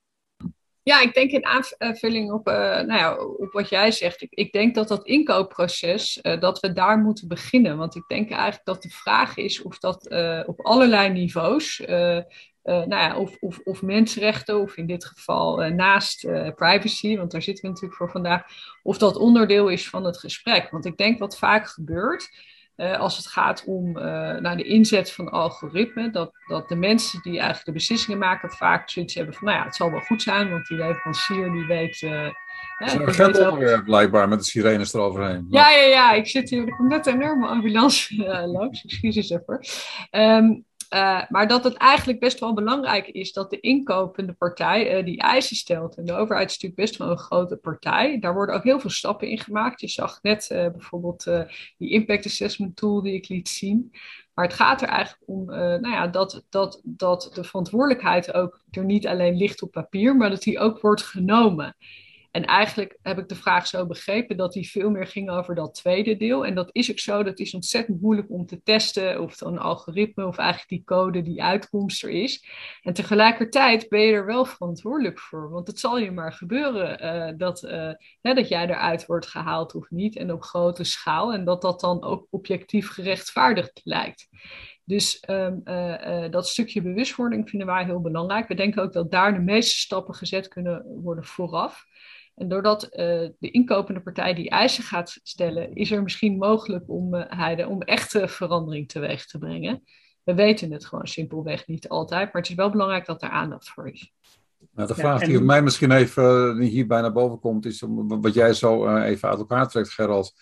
Ja, ik denk in aanvulling op, uh, nou ja, op wat jij zegt. Ik, ik denk dat dat inkoopproces, uh, dat we daar moeten beginnen. Want ik denk eigenlijk dat de vraag is of dat uh, op allerlei niveaus, uh, uh, nou ja, of, of, of mensenrechten, of in dit geval uh, naast uh, privacy, want daar zitten we natuurlijk voor vandaag, of dat onderdeel is van het gesprek. Want ik denk wat vaak gebeurt, Uh, als het gaat om uh, naar de inzet van algoritmen, dat, dat de mensen die eigenlijk de beslissingen maken vaak zoiets hebben van, nou ja, het zal wel goed zijn, want die leverancier die weet... Uh,
dat is een urgent onderwerp blijkbaar met de sirenes eroverheen.
Ja, ja, ja, ik zit hier, er komt net een enorme ambulance uh, langs, excuses ervoor. Um, Uh, maar dat het eigenlijk best wel belangrijk is dat de inkopende partij uh, die eisen stelt. En de overheid is natuurlijk best wel een grote partij. Daar worden ook heel veel stappen in gemaakt. Je zag net uh, bijvoorbeeld uh, die impact assessment tool die ik liet zien. Maar het gaat er eigenlijk om uh, nou ja, dat, dat, dat de verantwoordelijkheid ook er niet alleen ligt op papier, maar dat die ook wordt genomen. En eigenlijk heb ik de vraag zo begrepen dat die veel meer ging over dat tweede deel. En dat is ook zo, dat is ontzettend moeilijk om te testen of een algoritme of eigenlijk die code, die uitkomst er is. En tegelijkertijd ben je er wel verantwoordelijk voor. Want het zal je maar gebeuren uh, dat, uh, hè, dat jij eruit wordt gehaald of niet en op grote schaal. En dat dat dan ook objectief gerechtvaardigd lijkt. Dus um, uh, uh, dat stukje bewustwording vinden wij heel belangrijk. We denken ook dat daar de meeste stappen gezet kunnen worden vooraf. En doordat uh, de inkopende partij die eisen gaat stellen, is er misschien mogelijk om, uh, heide, om echte verandering teweeg te brengen. We weten het gewoon simpelweg niet altijd, maar het is wel belangrijk dat er aandacht voor is.
Nou, de vraag ja, en... die op mij misschien even uh, hierbij naar boven komt, is wat jij zo uh, even uit elkaar trekt, Gerald.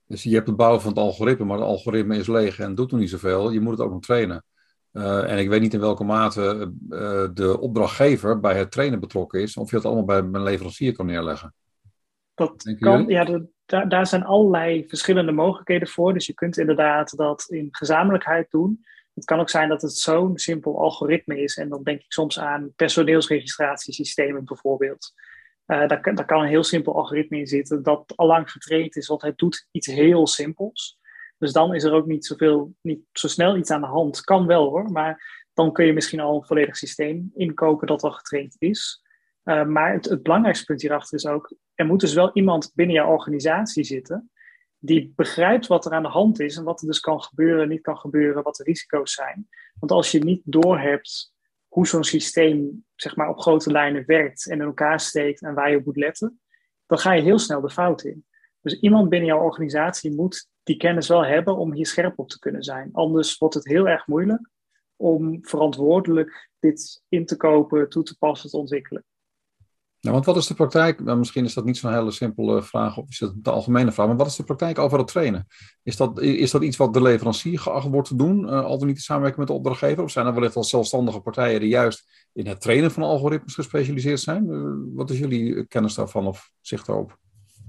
Dus je hebt het bouwen van het algoritme, maar het algoritme is leeg en doet nog niet zoveel. Je moet het ook nog trainen. Uh, en ik weet niet in welke mate uh, de opdrachtgever bij het trainen betrokken is, of je het allemaal bij een leverancier kan neerleggen.
Dat kan, ja, de, daar, daar zijn allerlei verschillende mogelijkheden voor. Dus je kunt inderdaad dat in gezamenlijkheid doen. Het kan ook zijn dat het zo'n simpel algoritme is. En dan denk ik soms aan personeelsregistratiesystemen bijvoorbeeld. Uh, daar, daar kan een heel simpel algoritme in zitten dat allang getraind is, want het doet iets heel simpels. Dus dan is er ook niet, zoveel, niet zo snel iets aan de hand. Kan wel hoor, maar dan kun je misschien al een volledig systeem inkopen dat al getraind is. Uh, maar het, het belangrijkste punt hierachter is ook, er moet dus wel iemand binnen jouw organisatie zitten die begrijpt wat er aan de hand is en wat er dus kan gebeuren, niet kan gebeuren, wat de risico's zijn. Want als je niet doorhebt hoe zo'n systeem zeg maar, op grote lijnen werkt en in elkaar steekt en waar je op moet letten, dan ga je heel snel de fout in. Dus iemand binnen jouw organisatie moet die kennis wel hebben om hier scherp op te kunnen zijn. Anders wordt het heel erg moeilijk om verantwoordelijk dit in te kopen, toe te passen, te ontwikkelen.
Nou, want wat is de praktijk? Nou, misschien is dat niet zo'n hele simpele vraag, of is het de algemene vraag, maar wat is de praktijk over het trainen? Is dat, is dat iets wat de leverancier geacht wordt te doen, uh, al dan niet te samenwerken met de opdrachtgever? Of zijn er wellicht wel zelfstandige partijen die juist in het trainen van algoritmes gespecialiseerd zijn? Uh, wat is jullie kennis daarvan of zicht daarop?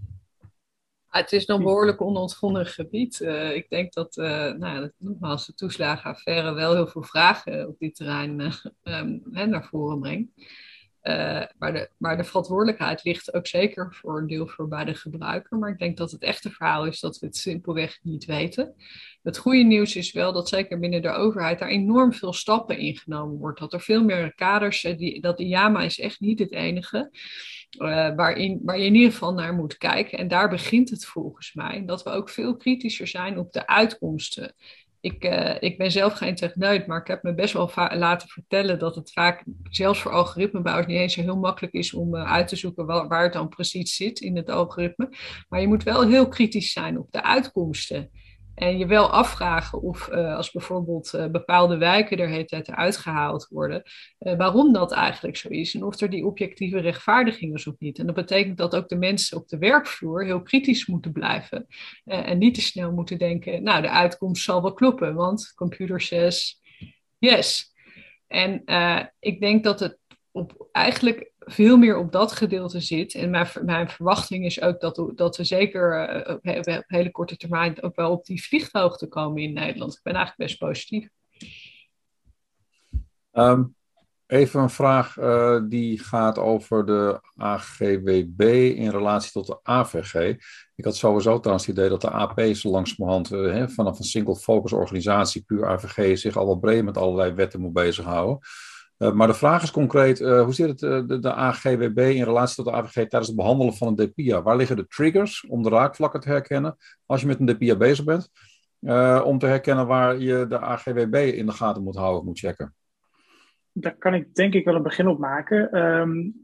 Het is nog behoorlijk onontgonnen gebied. Uh, ik denk dat, uh, nou ja, nogmaals, de toeslagenaffaire wel heel veel vragen op dit terrein uh, um, naar voren brengt. Uh, maar, de, maar de verantwoordelijkheid ligt ook zeker voor een deel voor bij de gebruiker. Maar ik denk dat het echte verhaal is dat we het simpelweg niet weten. Het goede nieuws is wel dat zeker binnen de overheid daar enorm veel stappen ingenomen wordt. Dat er veel meer kaders, die, dat I A M A is echt niet het enige. Uh, waarin, waar je in ieder geval naar moet kijken. En daar begint het volgens mij. Dat we ook veel kritischer zijn op de uitkomsten. Ik, uh, ik ben zelf geen techneut, maar ik heb me best wel va- laten vertellen dat het vaak, zelfs voor algoritmebouwers, niet eens zo heel makkelijk is om uh, uit te zoeken waar, waar het dan precies zit in het algoritme. Maar je moet wel heel kritisch zijn op de uitkomsten. En je wel afvragen of uh, als bijvoorbeeld uh, bepaalde wijken er de hele tijd eruit gehaald worden, uh, waarom dat eigenlijk zo is en of er die objectieve rechtvaardiging is of niet. En dat betekent dat ook de mensen op de werkvloer heel kritisch moeten blijven uh, en niet te snel moeten denken, nou de uitkomst zal wel kloppen, want computer says yes. En uh, ik denk dat het op eigenlijk veel meer op dat gedeelte zit. En mijn, mijn verwachting is ook dat, dat we zeker uh, op, op, op hele korte termijn ook wel op die vlieghoogte komen in Nederland. Ik ben eigenlijk best positief.
Um, even een vraag uh, die gaat over de A G W B in relatie tot de A V G. Ik had sowieso trouwens het idee dat de A P zo langzamerhand uh, hè, vanaf een single focus organisatie, puur A V G, zich al wat breed met allerlei wetten moet bezighouden. Uh, maar de vraag is concreet, uh, hoe zit het uh, de, de A G W B in relatie tot de A V G tijdens het behandelen van een D P I A? Waar liggen de triggers om de raakvlakken te herkennen als je met een D P I A bezig bent? Uh, om te herkennen waar je de A G W B in de gaten moet houden of moet checken?
Daar kan ik denk ik wel een begin op maken. Um,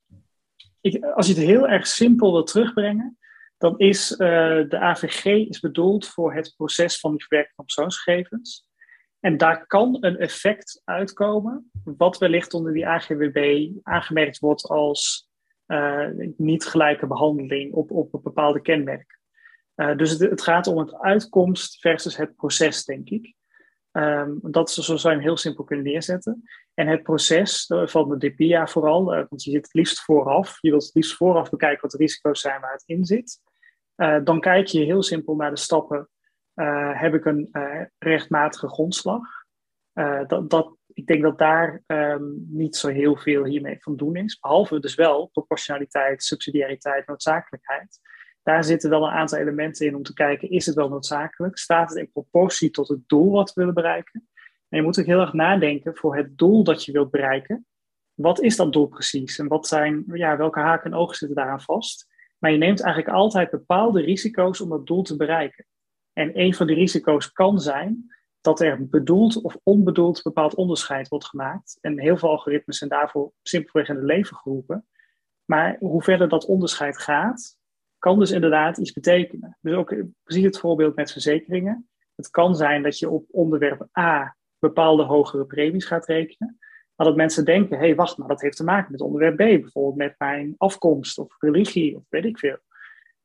ik, als je het heel erg simpel wil terugbrengen, dan is uh, de A V G is bedoeld voor het proces van die verwerking van persoonsgegevens. En daar kan een effect uitkomen, wat wellicht onder die A G W B aangemerkt wordt als uh, niet gelijke behandeling op, op een bepaalde kenmerk. Uh, dus het, het gaat om het uitkomst versus het proces, denk ik. Um, dat zo zou je hem heel simpel kunnen neerzetten. En het proces uh, van de D P I A vooral, uh, want je zit het liefst vooraf. Je wilt het liefst vooraf bekijken wat de risico's zijn waar het in zit. Uh, dan kijk je heel simpel naar de stappen. Uh, heb ik een uh, rechtmatige grondslag? Uh, dat, dat, ik denk dat daar um, niet zo heel veel hiermee van doen is. Behalve dus wel proportionaliteit, subsidiariteit, noodzakelijkheid. Daar zitten wel een aantal elementen in om te kijken, is het wel noodzakelijk? Staat het in proportie tot het doel wat we willen bereiken? En je moet ook heel erg nadenken voor het doel dat je wilt bereiken. Wat is dat doel precies? En wat zijn, ja, welke haken en ogen zitten daaraan vast? Maar je neemt eigenlijk altijd bepaalde risico's om dat doel te bereiken. En een van die risico's kan zijn dat er bedoeld of onbedoeld bepaald onderscheid wordt gemaakt. En heel veel algoritmes zijn daarvoor simpelweg in het leven geroepen. Maar hoe verder dat onderscheid gaat, kan dus inderdaad iets betekenen. Dus ook precies het voorbeeld met verzekeringen. Het kan zijn dat je op onderwerp A bepaalde hogere premies gaat rekenen. Maar dat mensen denken, hé, hey, wacht maar, dat heeft te maken met onderwerp B. Bijvoorbeeld met mijn afkomst of religie of weet ik veel.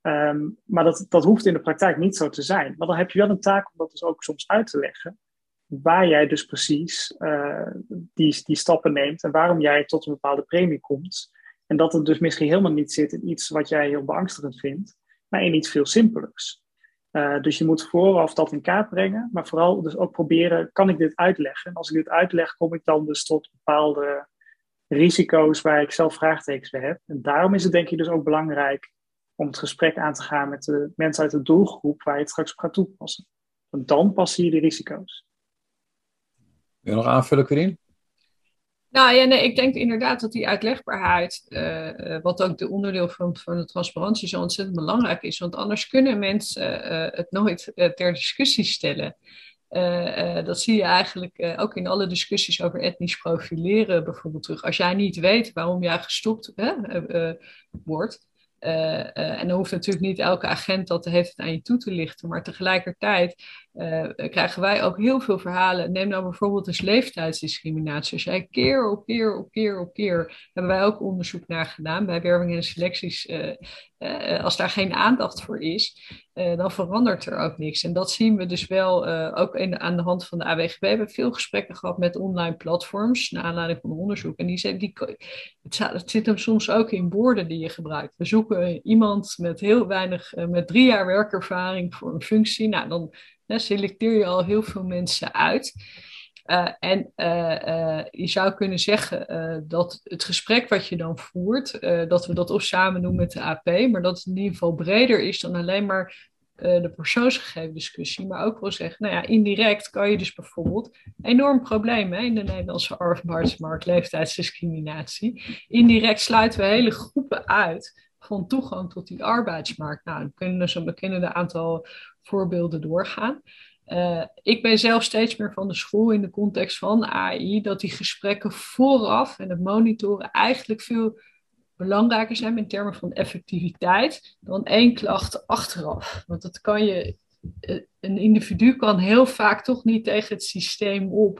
Um, maar dat, dat hoeft in de praktijk niet zo te zijn. Maar dan heb je wel een taak om dat dus ook soms uit te leggen. Waar jij dus precies uh, die, die stappen neemt en waarom jij tot een bepaalde premie komt. En dat het dus misschien helemaal niet zit in iets wat jij heel beangstigend vindt, maar in iets veel simpelers. Uh, dus je moet vooraf dat in kaart brengen, maar vooral dus ook proberen, kan ik dit uitleggen? En als ik dit uitleg, kom ik dan dus tot bepaalde risico's waar ik zelf vraagtekens bij heb. En daarom is het denk ik dus ook belangrijk om het gesprek aan te gaan met de mensen uit de doelgroep waar je het straks op gaat toepassen. Want dan passen je die risico's.
Wil je nog aanvullen, Quirine?
Nou ja, nee, ik denk inderdaad dat die uitlegbaarheid, uh, wat ook de onderdeel van, van de transparantie zo ontzettend belangrijk is. Want anders kunnen mensen uh, het nooit uh, ter discussie stellen. Uh, uh, dat zie je eigenlijk uh, ook in alle discussies over etnisch profileren bijvoorbeeld terug. Als jij niet weet waarom jij gestopt hè, uh, uh, wordt. Uh, uh, en dan hoeft natuurlijk niet elke agent dat heeft aan je toe te lichten. Maar tegelijkertijd uh, krijgen wij ook heel veel verhalen. Neem nou bijvoorbeeld eens leeftijdsdiscriminatie. Als jij keer op keer op keer op keer... hebben wij ook onderzoek naar gedaan bij werving en selecties. Uh, uh, als daar geen aandacht voor is, uh, dan verandert er ook niks. En dat zien we dus wel uh, ook in, aan de hand van de A W G B. We hebben veel gesprekken gehad met online platforms naar aanleiding van onderzoek. En die, die, die, het, het zit hem soms ook in woorden die je gebruikt. We zoeken iemand met heel weinig, uh, met drie jaar werkervaring voor een functie. Nou, dan uh, selecteer je al heel veel mensen uit. Uh, en uh, uh, je zou kunnen zeggen uh, dat het gesprek wat je dan voert, uh, dat we dat of samen doen met de A P, maar dat het in ieder geval breder is dan alleen maar uh, de persoonsgegeven discussie. Maar ook wel zeggen, nou ja, indirect kan je dus bijvoorbeeld enorm probleem hè, in de Nederlandse arbeidsmarkt, leeftijdsdiscriminatie. Indirect sluiten we hele groepen uit van toegang tot die arbeidsmarkt. Nou, dan kunnen we zo'n bekende aantal voorbeelden doorgaan. Uh, ik ben zelf steeds meer van de school in de context van A I, dat die gesprekken vooraf en het monitoren eigenlijk veel belangrijker zijn in termen van effectiviteit dan één klacht achteraf. Want dat kan je, een individu kan heel vaak toch niet tegen het systeem op.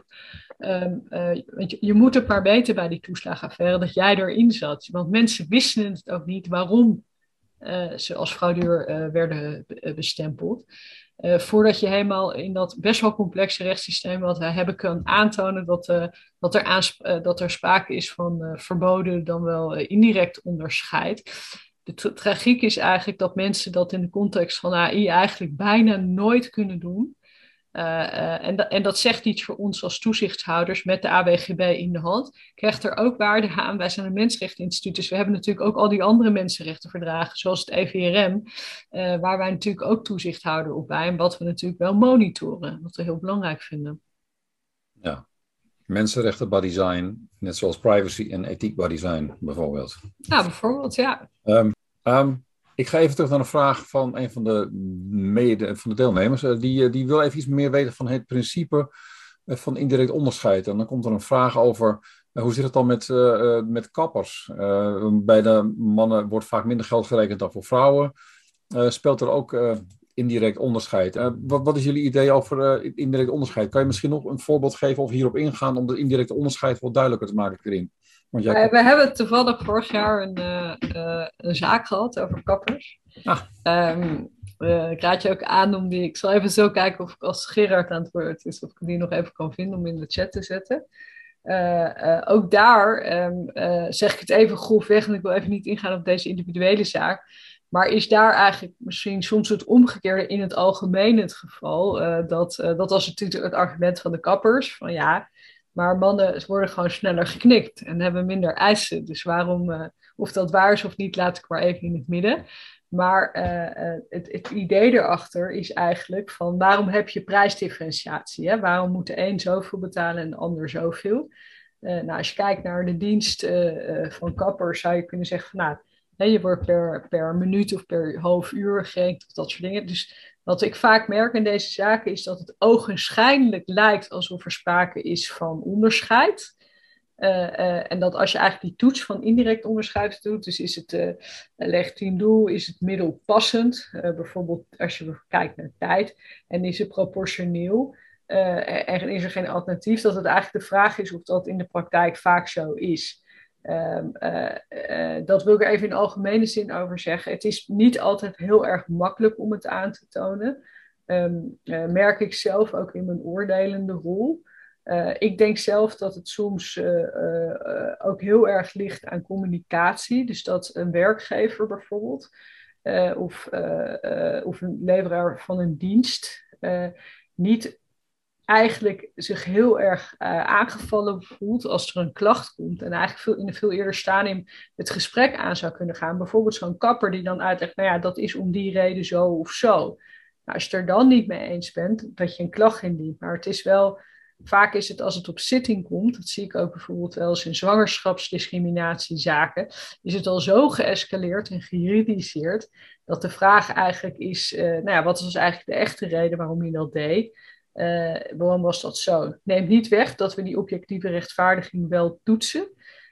Um, uh, want je, je moet het maar weten bij die toeslagenaffaire dat jij erin zat. Want mensen wisten het ook niet waarom uh, ze als fraudeur uh, werden bestempeld. Uh, voordat je helemaal in dat best wel complexe rechtssysteem wat we hebben kan aantonen dat, uh, dat, er, aansp- uh, dat er sprake is van uh, verboden dan wel uh, indirect onderscheid. De tra- tragiek is eigenlijk dat mensen dat in de context van A I eigenlijk bijna nooit kunnen doen. Uh, uh, en, da- en dat zegt iets voor ons als toezichthouders met de A W G B in de hand. Krijgt er ook waarde aan. Wij zijn een mensenrechteninstituut, dus we hebben natuurlijk ook al die andere mensenrechtenverdragen, zoals het E V R M, uh, waar wij natuurlijk ook toezicht houden op bij en wat we natuurlijk wel monitoren, wat we heel belangrijk vinden.
Ja, mensenrechten by design, net zoals privacy en ethiek by design bijvoorbeeld.
Nou, bijvoorbeeld, ja.
Um, um, Ik ga even terug naar een vraag van een van de, mede, van de deelnemers. Die, die wil even iets meer weten van het principe van indirect onderscheid. En dan komt er een vraag over, hoe zit het dan met, uh, met kappers? Uh, bij de mannen wordt vaak minder geld gerekend dan voor vrouwen. Uh, speelt er ook uh, indirect onderscheid? Uh, wat, wat is jullie idee over uh, indirect onderscheid? Kan je misschien nog een voorbeeld geven of hierop ingaan om de indirecte onderscheid wat duidelijker te maken, Quirine?
Want jij... uh, we hebben toevallig vorig jaar een, uh, uh, een zaak gehad over kappers. Ah. Um, uh, ik raad je ook aan om die... Ik zal even zo kijken of ik als Gerard aan het woord is, of ik die nog even kan vinden om in de chat te zetten. Uh, uh, ook daar um, uh, zeg ik het even grofweg, en ik wil even niet ingaan op deze individuele zaak. Maar is daar eigenlijk misschien soms het omgekeerde in het algemeen het geval? Uh, dat, uh, dat was natuurlijk het argument van de kappers, van ja... Maar mannen worden gewoon sneller geknikt en hebben minder eisen. Dus waarom, uh, of dat waar is of niet, laat ik maar even in het midden. Maar uh, uh, het, het idee erachter is eigenlijk van waarom heb je prijsdifferentiatie? Hè? Waarom moet de een zoveel betalen en de ander zoveel? Uh, nou, als je kijkt naar de dienst uh, uh, van kappers, zou je kunnen zeggen van nou, hè, je wordt per, per minuut of per half uur gerekend of dat soort dingen. Dus wat ik vaak merk in deze zaken is dat het ogenschijnlijk lijkt alsof er sprake is van onderscheid. Uh, uh, en dat als je eigenlijk die toets van indirect onderscheid doet, dus is het uh, legitiem doel, is het middel passend, uh, bijvoorbeeld als je kijkt naar tijd, en is het proportioneel, uh, en is er geen alternatief, dat het eigenlijk de vraag is of dat in de praktijk vaak zo is. Um, uh, uh, dat wil ik er even in algemene zin over zeggen. Het is niet altijd heel erg makkelijk om het aan te tonen. Um, uh, merk ik zelf ook in mijn oordelende rol. Uh, ik denk zelf dat het soms uh, uh, uh, ook heel erg ligt aan communicatie. Dus dat een werkgever bijvoorbeeld, uh, of, uh, uh, of een leveraar van een dienst, uh, niet eigenlijk zich heel erg uh, aangevallen voelt als er een klacht komt. En eigenlijk veel, in een veel eerder stadium het gesprek aan zou kunnen gaan. Bijvoorbeeld zo'n kapper die dan uitlegt, nou ja, dat is om die reden zo of zo. Nou, als je het er dan niet mee eens bent, dat je een klacht indient. Maar het is wel, vaak is het als het op zitting komt, dat zie ik ook bijvoorbeeld wel eens in zwangerschapsdiscriminatiezaken, is het al zo geëscaleerd en gejuridiseerd, dat de vraag eigenlijk is, uh, nou ja, wat was eigenlijk de echte reden waarom je dat deed? Uh, waarom was dat zo? Neemt niet weg dat we die objectieve rechtvaardiging wel toetsen.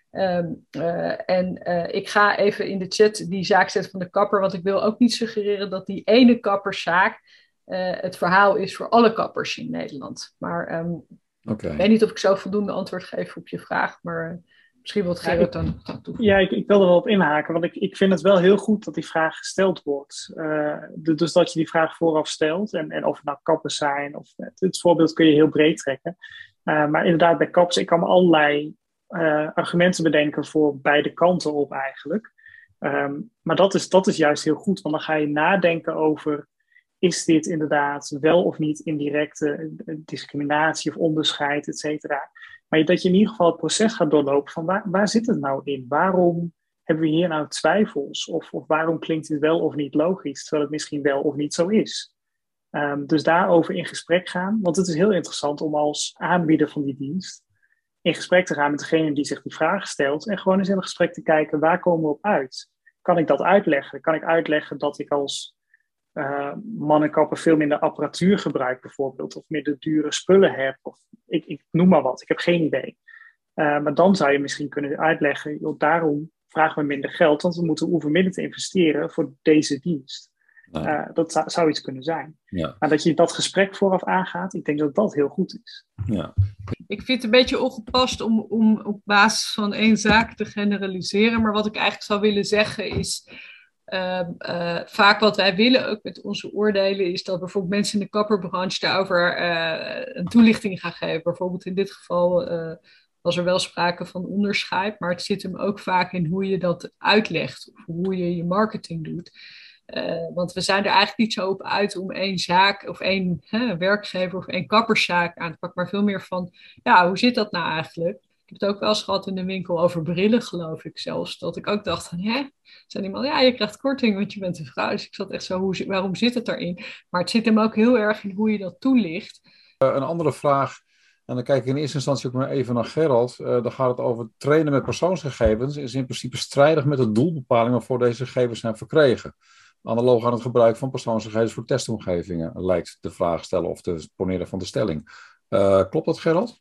Um, uh, en uh, ik ga even in de chat die zaak zetten van de kapper, want ik wil ook niet suggereren dat die ene kapperszaak uh, het verhaal is voor alle kappers in Nederland. Maar um, okay. Ik weet niet of ik zo voldoende antwoord geef op je vraag, maar uh, misschien wat Gerrit dan toevoegen.
Ja, ik, ik wil er wel op inhaken, want ik, ik vind het wel heel goed dat die vraag gesteld wordt. Uh, de, dus dat je die vraag vooraf stelt, en, en of het nou kappers zijn, of het, het voorbeeld kun je heel breed trekken. Uh, maar inderdaad, bij kappers, ik kan me allerlei uh, argumenten bedenken voor beide kanten op eigenlijk. Um, maar dat is, dat is juist heel goed, want dan ga je nadenken over, is dit inderdaad wel of niet indirecte discriminatie of onderscheid, et cetera. Maar dat je in ieder geval het proces gaat doorlopen van waar, waar zit het nou in? Waarom hebben we hier nou twijfels? Of, of waarom klinkt het wel of niet logisch, terwijl het misschien wel of niet zo is? Um, dus daarover in gesprek gaan. Want het is heel interessant om als aanbieder van die dienst in gesprek te gaan met degene die zich die vraag stelt. En gewoon eens in een gesprek te kijken, waar komen we op uit? Kan ik dat uitleggen? Kan ik uitleggen dat ik als uh, mannenkapper veel minder apparatuur gebruik bijvoorbeeld? Of minder dure spullen heb? Of ik, ik noem maar wat, ik heb geen idee. Uh, maar dan zou je misschien kunnen uitleggen, joh, daarom vragen we minder geld, want we moeten hoeven minder te investeren voor deze dienst. Uh, dat zou, zou iets kunnen zijn.
Ja.
Maar dat je dat gesprek vooraf aangaat, ik denk dat dat heel goed is.
Ja.
Ik vind het een beetje ongepast om, om op basis van één zaak te generaliseren. Maar wat ik eigenlijk zou willen zeggen is, Uh, uh, vaak wat wij willen ook met onze oordelen is dat bijvoorbeeld mensen in de kapperbranche daarover uh, een toelichting gaan geven. Bijvoorbeeld in dit geval uh, was er wel sprake van onderscheid, maar het zit hem ook vaak in hoe je dat uitlegt of hoe je je marketing doet. Uh, want we zijn er eigenlijk niet zo op uit om één zaak of één hè, werkgever of één kapperszaak aan te pakken, maar veel meer van, ja, hoe zit dat nou eigenlijk? Ik heb het ook wel eens gehad in de winkel over brillen, geloof ik zelfs. Dat ik ook dacht van, hè? Zei iemand, ja, je krijgt korting, want je bent een vrouw. Dus ik zat echt zo, hoe, waarom zit het daarin? Maar het zit hem ook heel erg in hoe je dat toelicht.
Uh, een andere vraag, en dan kijk ik in eerste instantie ook maar even naar Gerald. Uh, dan gaat het over trainen met persoonsgegevens. Is in principe strijdig met de doelbepaling waarvoor deze gegevens zijn verkregen. Analoog aan het gebruik van persoonsgegevens voor testomgevingen, lijkt de vraag stellen of de poneren van de stelling. Uh, klopt dat, Gerald?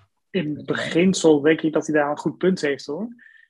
In beginsel denk ik dat hij daar een goed punt heeft, hoor.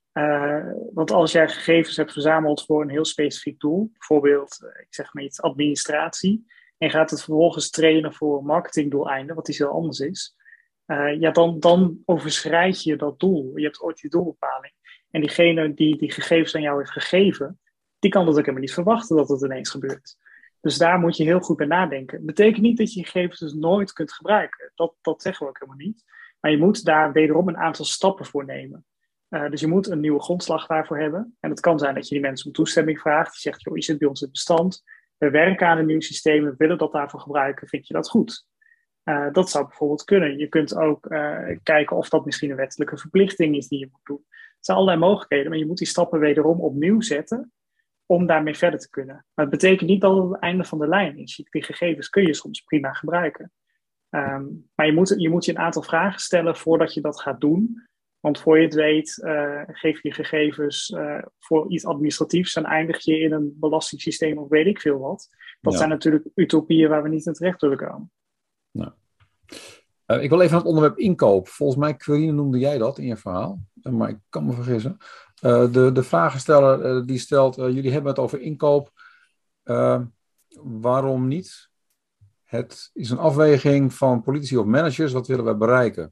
Uh, want als jij gegevens hebt verzameld voor een heel specifiek doel, bijvoorbeeld, uh, ik zeg maar iets, administratie, en gaat het vervolgens trainen voor marketingdoeleinden, wat iets heel anders is, uh, ja, dan, dan overschrijd je dat doel. Je hebt ooit die doelbepaling. En diegene die die gegevens aan jou heeft gegeven, die kan dat ook helemaal niet verwachten dat het ineens gebeurt. Dus daar moet je heel goed bij nadenken. Dat betekent niet dat je gegevens dus nooit kunt gebruiken. Dat, dat zeggen we ook helemaal niet. Maar je moet daar wederom een aantal stappen voor nemen. Uh, dus je moet een nieuwe grondslag daarvoor hebben. En het kan zijn dat je die mensen om toestemming vraagt. Die zegt, joh, je zit bij ons in het bestand. We werken aan een nieuw systeem. We willen dat daarvoor gebruiken. Vind je dat goed? Uh, dat zou bijvoorbeeld kunnen. Je kunt ook uh, kijken of dat misschien een wettelijke verplichting is die je moet doen. Het zijn allerlei mogelijkheden. Maar je moet die stappen wederom opnieuw zetten om daarmee verder te kunnen. Maar het betekent niet dat het het einde van de lijn is. Die gegevens kun je soms prima gebruiken. Um, maar je moet, je moet je een aantal vragen stellen voordat je dat gaat doen. Want voor je het weet, uh, geef je gegevens uh, voor iets administratiefs en eindig je in een belastingssysteem of weet ik veel wat. Dat ja. zijn natuurlijk utopieën waar we niet in terecht willen komen.
Nou. Uh, ik wil even aan het onderwerp inkoop. Volgens mij, Quirine, noemde jij dat in je verhaal. Uh, maar ik kan me vergissen. Uh, de, de vragensteller uh, die stelt, uh, jullie hebben het over inkoop. Uh, waarom niet? Het is een afweging van politici of managers. Wat willen wij bereiken?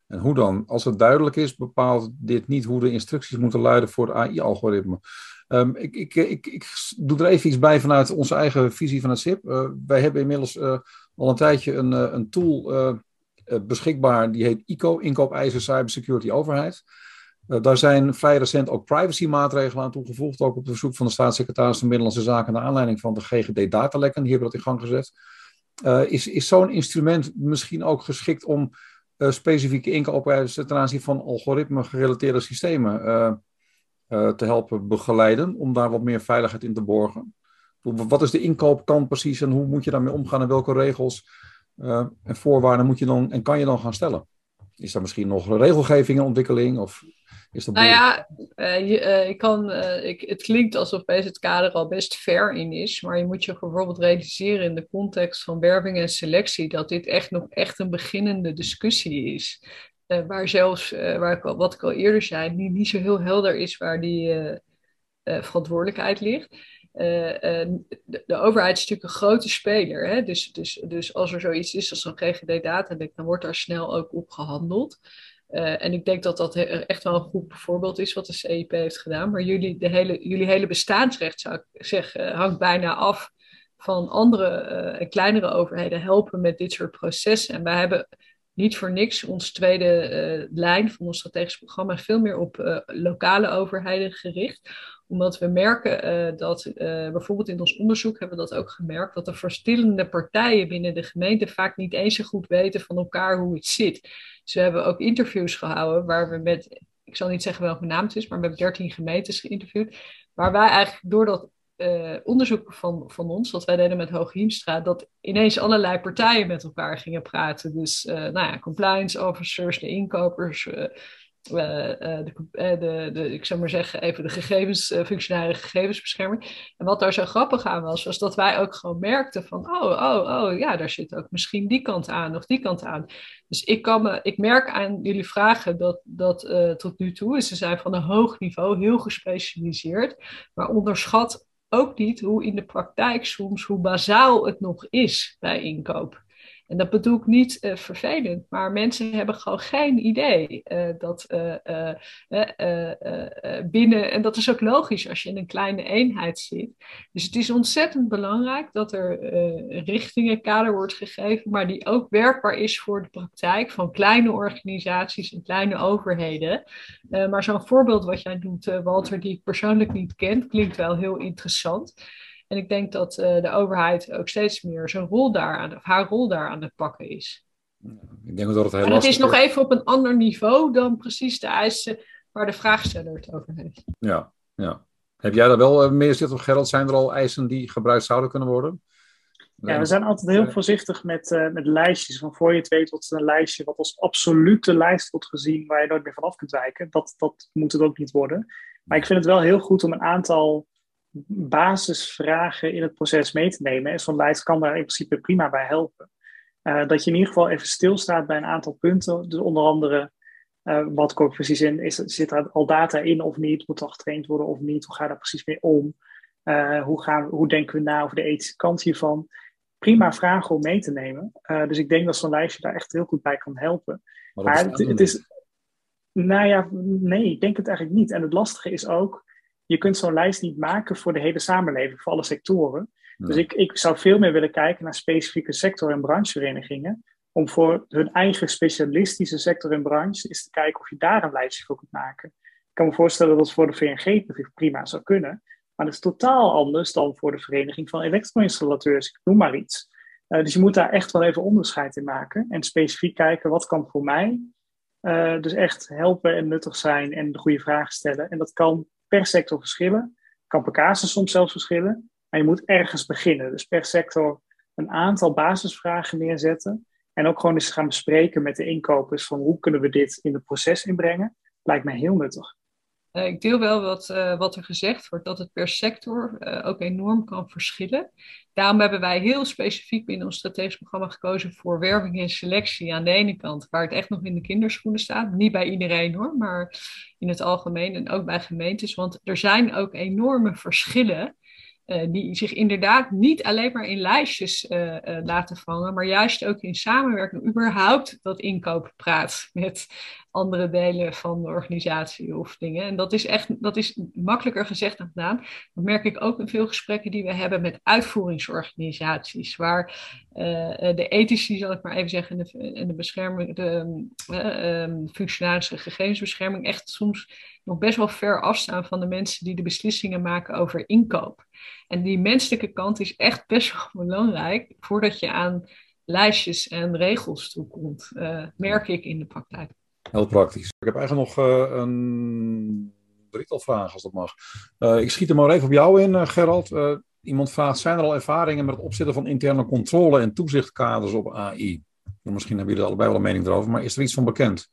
En hoe dan? Als het duidelijk is, bepaalt dit niet hoe de instructies moeten luiden voor het A I-algoritme. Um, ik, ik, ik, ik doe er even iets bij vanuit onze eigen visie van het S I P. Uh, wij hebben inmiddels uh, al een tijdje een, uh, een tool uh, uh, beschikbaar, die heet I C O, Inkoopeisen Cybersecurity Overheid. Uh, daar zijn vrij recent ook privacymaatregelen aan toegevoegd, ook op verzoek van de staatssecretaris van Binnenlandse Zaken naar aanleiding van de G G D-datalekken. Die hebben dat in gang gezet. Uh, is is zo'n instrument misschien ook geschikt om uh, specifieke inkoopeisen ten aanzien van algoritme-gerelateerde systemen uh, uh, te helpen begeleiden, om daar wat meer veiligheid in te borgen? Wat is de inkoopkant precies en hoe moet je daarmee omgaan en welke regels uh, en voorwaarden moet je dan en kan je dan gaan stellen? Is er misschien nog regelgeving in ontwikkeling? Of is dat
nou ja, uh, je, uh, ik kan, uh, ik, het klinkt alsof best het kader al best ver in is. Maar je moet je bijvoorbeeld realiseren in de context van werving en selectie dat dit echt nog echt een beginnende discussie is. Uh, waar zelfs, uh, waar ik al, wat ik al eerder zei, niet, niet zo heel helder is waar die uh, uh, verantwoordelijkheid ligt. Uh, uh, de, de overheid is natuurlijk een grote speler. Hè? Dus, dus, dus als er zoiets is als een G G D-datalek, dan wordt daar snel ook op gehandeld. Uh, en ik denk dat dat echt wel een goed voorbeeld is wat de C I P heeft gedaan. Maar jullie, de hele, jullie hele bestaansrecht, zou ik zeggen, hangt bijna af van andere uh, kleinere overheden helpen met dit soort processen. En wij hebben niet voor niks ons tweede uh, lijn van ons strategisch programma veel meer op uh, lokale overheden gericht. Omdat we merken uh, dat, uh, bijvoorbeeld in ons onderzoek hebben we dat ook gemerkt, dat de verschillende partijen binnen de gemeente vaak niet eens zo goed weten van elkaar hoe het zit. Dus we hebben ook interviews gehouden waar we met, ik zal niet zeggen welke naam het is, maar we hebben dertien gemeentes geïnterviewd, waar wij eigenlijk door dat uh, onderzoek van, van ons, wat wij deden met Hoogheemstra, dat ineens allerlei partijen met elkaar gingen praten. Dus uh, nou ja, compliance officers, de inkopers, uh, Uh, uh, de, uh, de, de, ik zou maar zeggen, even de gegevens, uh, functionaire gegevensbescherming. En wat daar zo grappig aan was, was dat wij ook gewoon merkten van, oh, oh, oh, ja, daar zit ook misschien die kant aan of die kant aan. Dus ik, kan me, ik merk aan jullie vragen dat, dat uh, tot nu toe, ze zijn van een hoog niveau, heel gespecialiseerd, maar onderschat ook niet hoe in de praktijk soms, hoe bazaal het nog is bij inkoop. En dat bedoel ik niet uh, vervelend, maar mensen hebben gewoon geen idee uh, dat uh, uh, uh, uh, uh, binnen, en dat is ook logisch als je in een kleine eenheid zit. Dus het is ontzettend belangrijk dat er uh, richting een kader wordt gegeven, maar die ook werkbaar is voor de praktijk van kleine organisaties en kleine overheden. Uh, maar zo'n voorbeeld wat jij noemt, uh, Walter, die ik persoonlijk niet ken, klinkt wel heel interessant. En ik denk dat uh, de overheid ook steeds meer zijn rol daar aan, of haar rol daar aan het pakken is.
Ik denk dat het heel
en het is nog even op een ander niveau dan precies de eisen waar de vraagsteller het over heeft.
Ja, ja. Heb jij daar wel uh, meer zit op, Gerald? Zijn er al eisen die gebruikt zouden kunnen worden?
Ja, we zijn altijd heel voorzichtig met, uh, met lijstjes. Van voor je het weet wordt het een lijstje wat als absolute lijst wordt gezien waar je nooit meer vanaf kunt wijken. Dat, dat moet het ook niet worden. Maar ik vind het wel heel goed om een aantal basisvragen in het proces mee te nemen. En zo'n lijst kan daar in principe prima bij helpen. Uh, dat je in ieder geval even stilstaat bij een aantal punten. Dus onder andere, uh, wat ik ook precies in, is, zit er al data in of niet? Moet er getraind worden of niet? Hoe ga je daar precies mee om? Uh, hoe, gaan, hoe denken we na over de ethische kant hiervan? Prima vragen om mee te nemen. Uh, dus ik denk dat zo'n lijstje daar echt heel goed bij kan helpen. Maar, maar het, het is... Nou ja, nee, ik denk het eigenlijk niet. En het lastige is ook, je kunt zo'n lijst niet maken voor de hele samenleving, voor alle sectoren. Ja. Dus ik, ik zou veel meer willen kijken naar specifieke sector- en brancheverenigingen, om voor hun eigen specialistische sector en branche eens te kijken of je daar een lijstje voor kunt maken. Ik kan me voorstellen dat het voor de V N G prima zou kunnen, maar dat is totaal anders dan voor de Vereniging van Elektro-installateurs, ik noem maar iets. Uh, dus je moet daar echt wel even onderscheid in maken en specifiek kijken wat kan voor mij uh, dus echt helpen en nuttig zijn en de goede vragen stellen. En dat kan per sector verschillen, kan per casus soms zelfs verschillen, maar je moet ergens beginnen. Dus per sector een aantal basisvragen neerzetten en ook gewoon eens gaan bespreken met de inkopers van hoe kunnen we dit in het proces inbrengen, lijkt mij heel nuttig.
Uh, ik deel wel wat, uh, wat er gezegd wordt, dat het per sector uh, ook enorm kan verschillen. Daarom hebben wij heel specifiek binnen ons strategisch programma gekozen voor werving en selectie aan de ene kant, waar het echt nog in de kinderschoenen staat. Niet bij iedereen hoor, maar in het algemeen en ook bij gemeentes. Want er zijn ook enorme verschillen Uh, die zich inderdaad niet alleen maar in lijstjes uh, uh, laten vangen, maar juist ook in samenwerking überhaupt dat inkoop praat met andere delen van de organisatie of dingen. En dat is echt, dat is makkelijker gezegd dan gedaan. Dat merk ik ook in veel gesprekken die we hebben met uitvoeringsorganisaties, waar uh, de ethici, zal ik maar even zeggen, en de, en de bescherming, de uh, um, functionarische gegevensbescherming echt soms nog best wel ver afstaan van de mensen die de beslissingen maken over inkoop. En die menselijke kant is echt best wel belangrijk voordat je aan lijstjes en regels toekomt, uh, merk ik in de praktijk.
Heel praktisch. Ik heb eigenlijk nog uh, een drietal vragen, als dat mag. Uh, ik schiet er maar even op jou in, uh, Gerald. Uh, iemand vraagt, zijn er al ervaringen met het opzetten van interne controle en toezichtkaders op A I? Nou, misschien hebben jullie er allebei wel een mening erover, maar is er iets van bekend?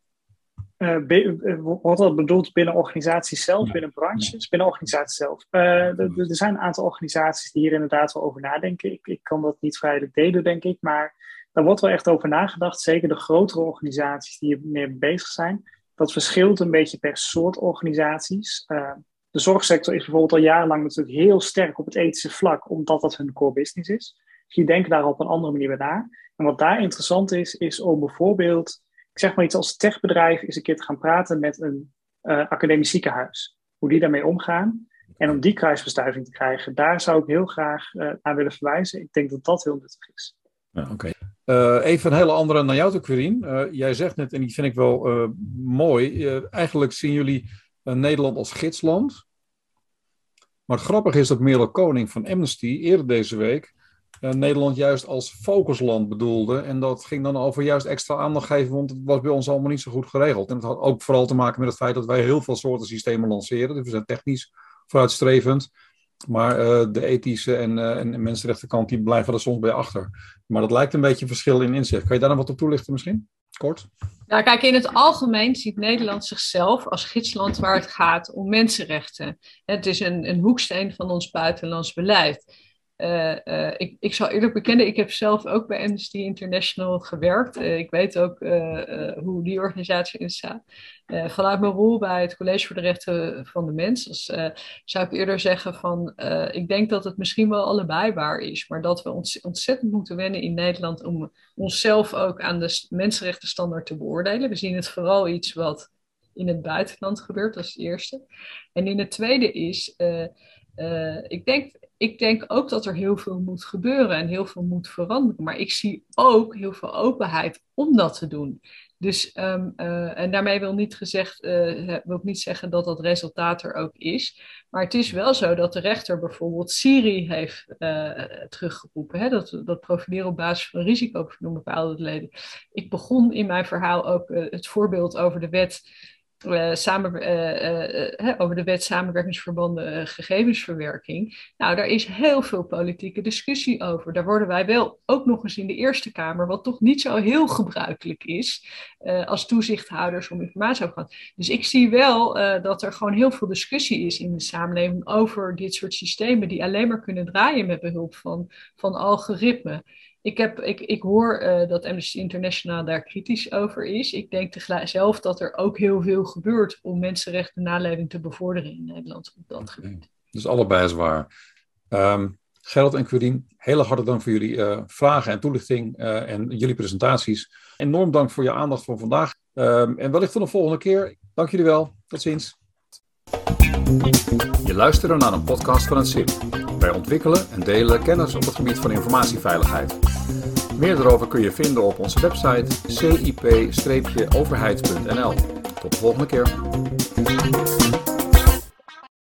Uh, be, wordt dat bedoeld binnen organisaties zelf, ja. binnen branches, ja. binnen organisaties zelf? Uh, er, er zijn een aantal organisaties die hier inderdaad wel over nadenken. Ik, ik kan dat niet vrijelijk delen, denk ik, maar daar wordt wel echt over nagedacht. Zeker de grotere organisaties die er meer bezig zijn. Dat verschilt een beetje per soort organisaties. Uh, de zorgsector is bijvoorbeeld al jarenlang natuurlijk heel sterk op het ethische vlak, omdat dat hun core business is. Dus die denken daar op een andere manier bij na. En wat daar interessant is, is om bijvoorbeeld, ik zeg maar iets als techbedrijf, eens een keer te gaan praten met een uh, academisch ziekenhuis. Hoe die daarmee omgaan. En om die kruisbestuiving te krijgen, daar zou ik heel graag uh, naar willen verwijzen. Ik denk dat dat heel nuttig is.
Ja, Oké. Okay. Uh, even een hele andere naar jou toe, Quirine. Uh, jij zegt net, en die vind ik wel uh, mooi, uh, eigenlijk zien jullie uh, Nederland als gidsland. Maar het grappige is dat Merel Koning van Amnesty eerder deze week uh, Nederland juist als focusland bedoelde. En dat ging dan over juist extra aandacht geven, want het was bij ons allemaal niet zo goed geregeld. En het had ook vooral te maken met het feit dat wij heel veel soorten systemen lanceren. Dus we zijn technisch vooruitstrevend. Maar uh, de ethische en, uh, en mensenrechtenkant, die blijven er soms bij achter. Maar dat lijkt een beetje een verschil in inzicht. Kan je daar nog wat op toelichten misschien? Kort?
Nou, kijk, in het algemeen ziet Nederland zichzelf als gidsland waar het gaat om mensenrechten. Het is een, een hoeksteen van ons buitenlands beleid. Uh, uh, ik, ik zal eerlijk bekennen, ik heb zelf ook bij Amnesty International gewerkt. Uh, ik weet ook uh, uh, hoe die organisatie in staat. Uh, vanuit mijn rol bij het College voor de Rechten van de Mens dus, uh, zou ik eerder zeggen van, uh, ik denk dat het misschien wel allebei waar is, maar dat we ons ontzettend moeten wennen in Nederland om onszelf ook aan de mensenrechtenstandaard te beoordelen. We zien het vooral iets wat in het buitenland gebeurt, dat is het eerste. En in het tweede is, uh, uh, ik denk... Ik denk ook dat er heel veel moet gebeuren en heel veel moet veranderen. Maar ik zie ook heel veel openheid om dat te doen. Dus, um, uh, en daarmee wil, niet gezegd, uh, wil ik niet zeggen dat dat resultaat er ook is. Maar het is wel zo dat de rechter bijvoorbeeld Siri heeft uh, teruggeroepen. Hè? Dat, dat profileren op basis van risico van bepaalde leden. Ik begon in mijn verhaal ook uh, het voorbeeld over de wet... Uh, samen, uh, uh, uh, over de wet samenwerkingsverbanden uh, gegevensverwerking. Nou, daar is heel veel politieke discussie over. Daar worden wij wel ook nog eens in de Eerste Kamer, wat toch niet zo heel gebruikelijk is, uh, als toezichthouders om informatie over te gaan. Dus ik zie wel uh, dat er gewoon heel veel discussie is in de samenleving over dit soort systemen die alleen maar kunnen draaien met behulp van, van algoritmen. Ik, heb, ik, ik hoor uh, dat Amnesty International daar kritisch over is. Ik denk tegelijk zelf dat er ook heel veel gebeurt om mensenrechten naleving te bevorderen in Nederland op dat gebied. Okay.
Dus allebei is waar. Um, Gerald en Quirine, heel erg hartelijk dank voor jullie uh, vragen en toelichting uh, en jullie presentaties. Enorm dank voor je aandacht voor vandaag. Um, en wellicht tot een volgende keer. Dank jullie wel. Tot ziens. Je luistert naar een podcast van het S I P. Wij ontwikkelen en delen kennis op het gebied van informatieveiligheid. Meer daarover kun je vinden op onze website c i p overheid punt n l. Tot de volgende keer.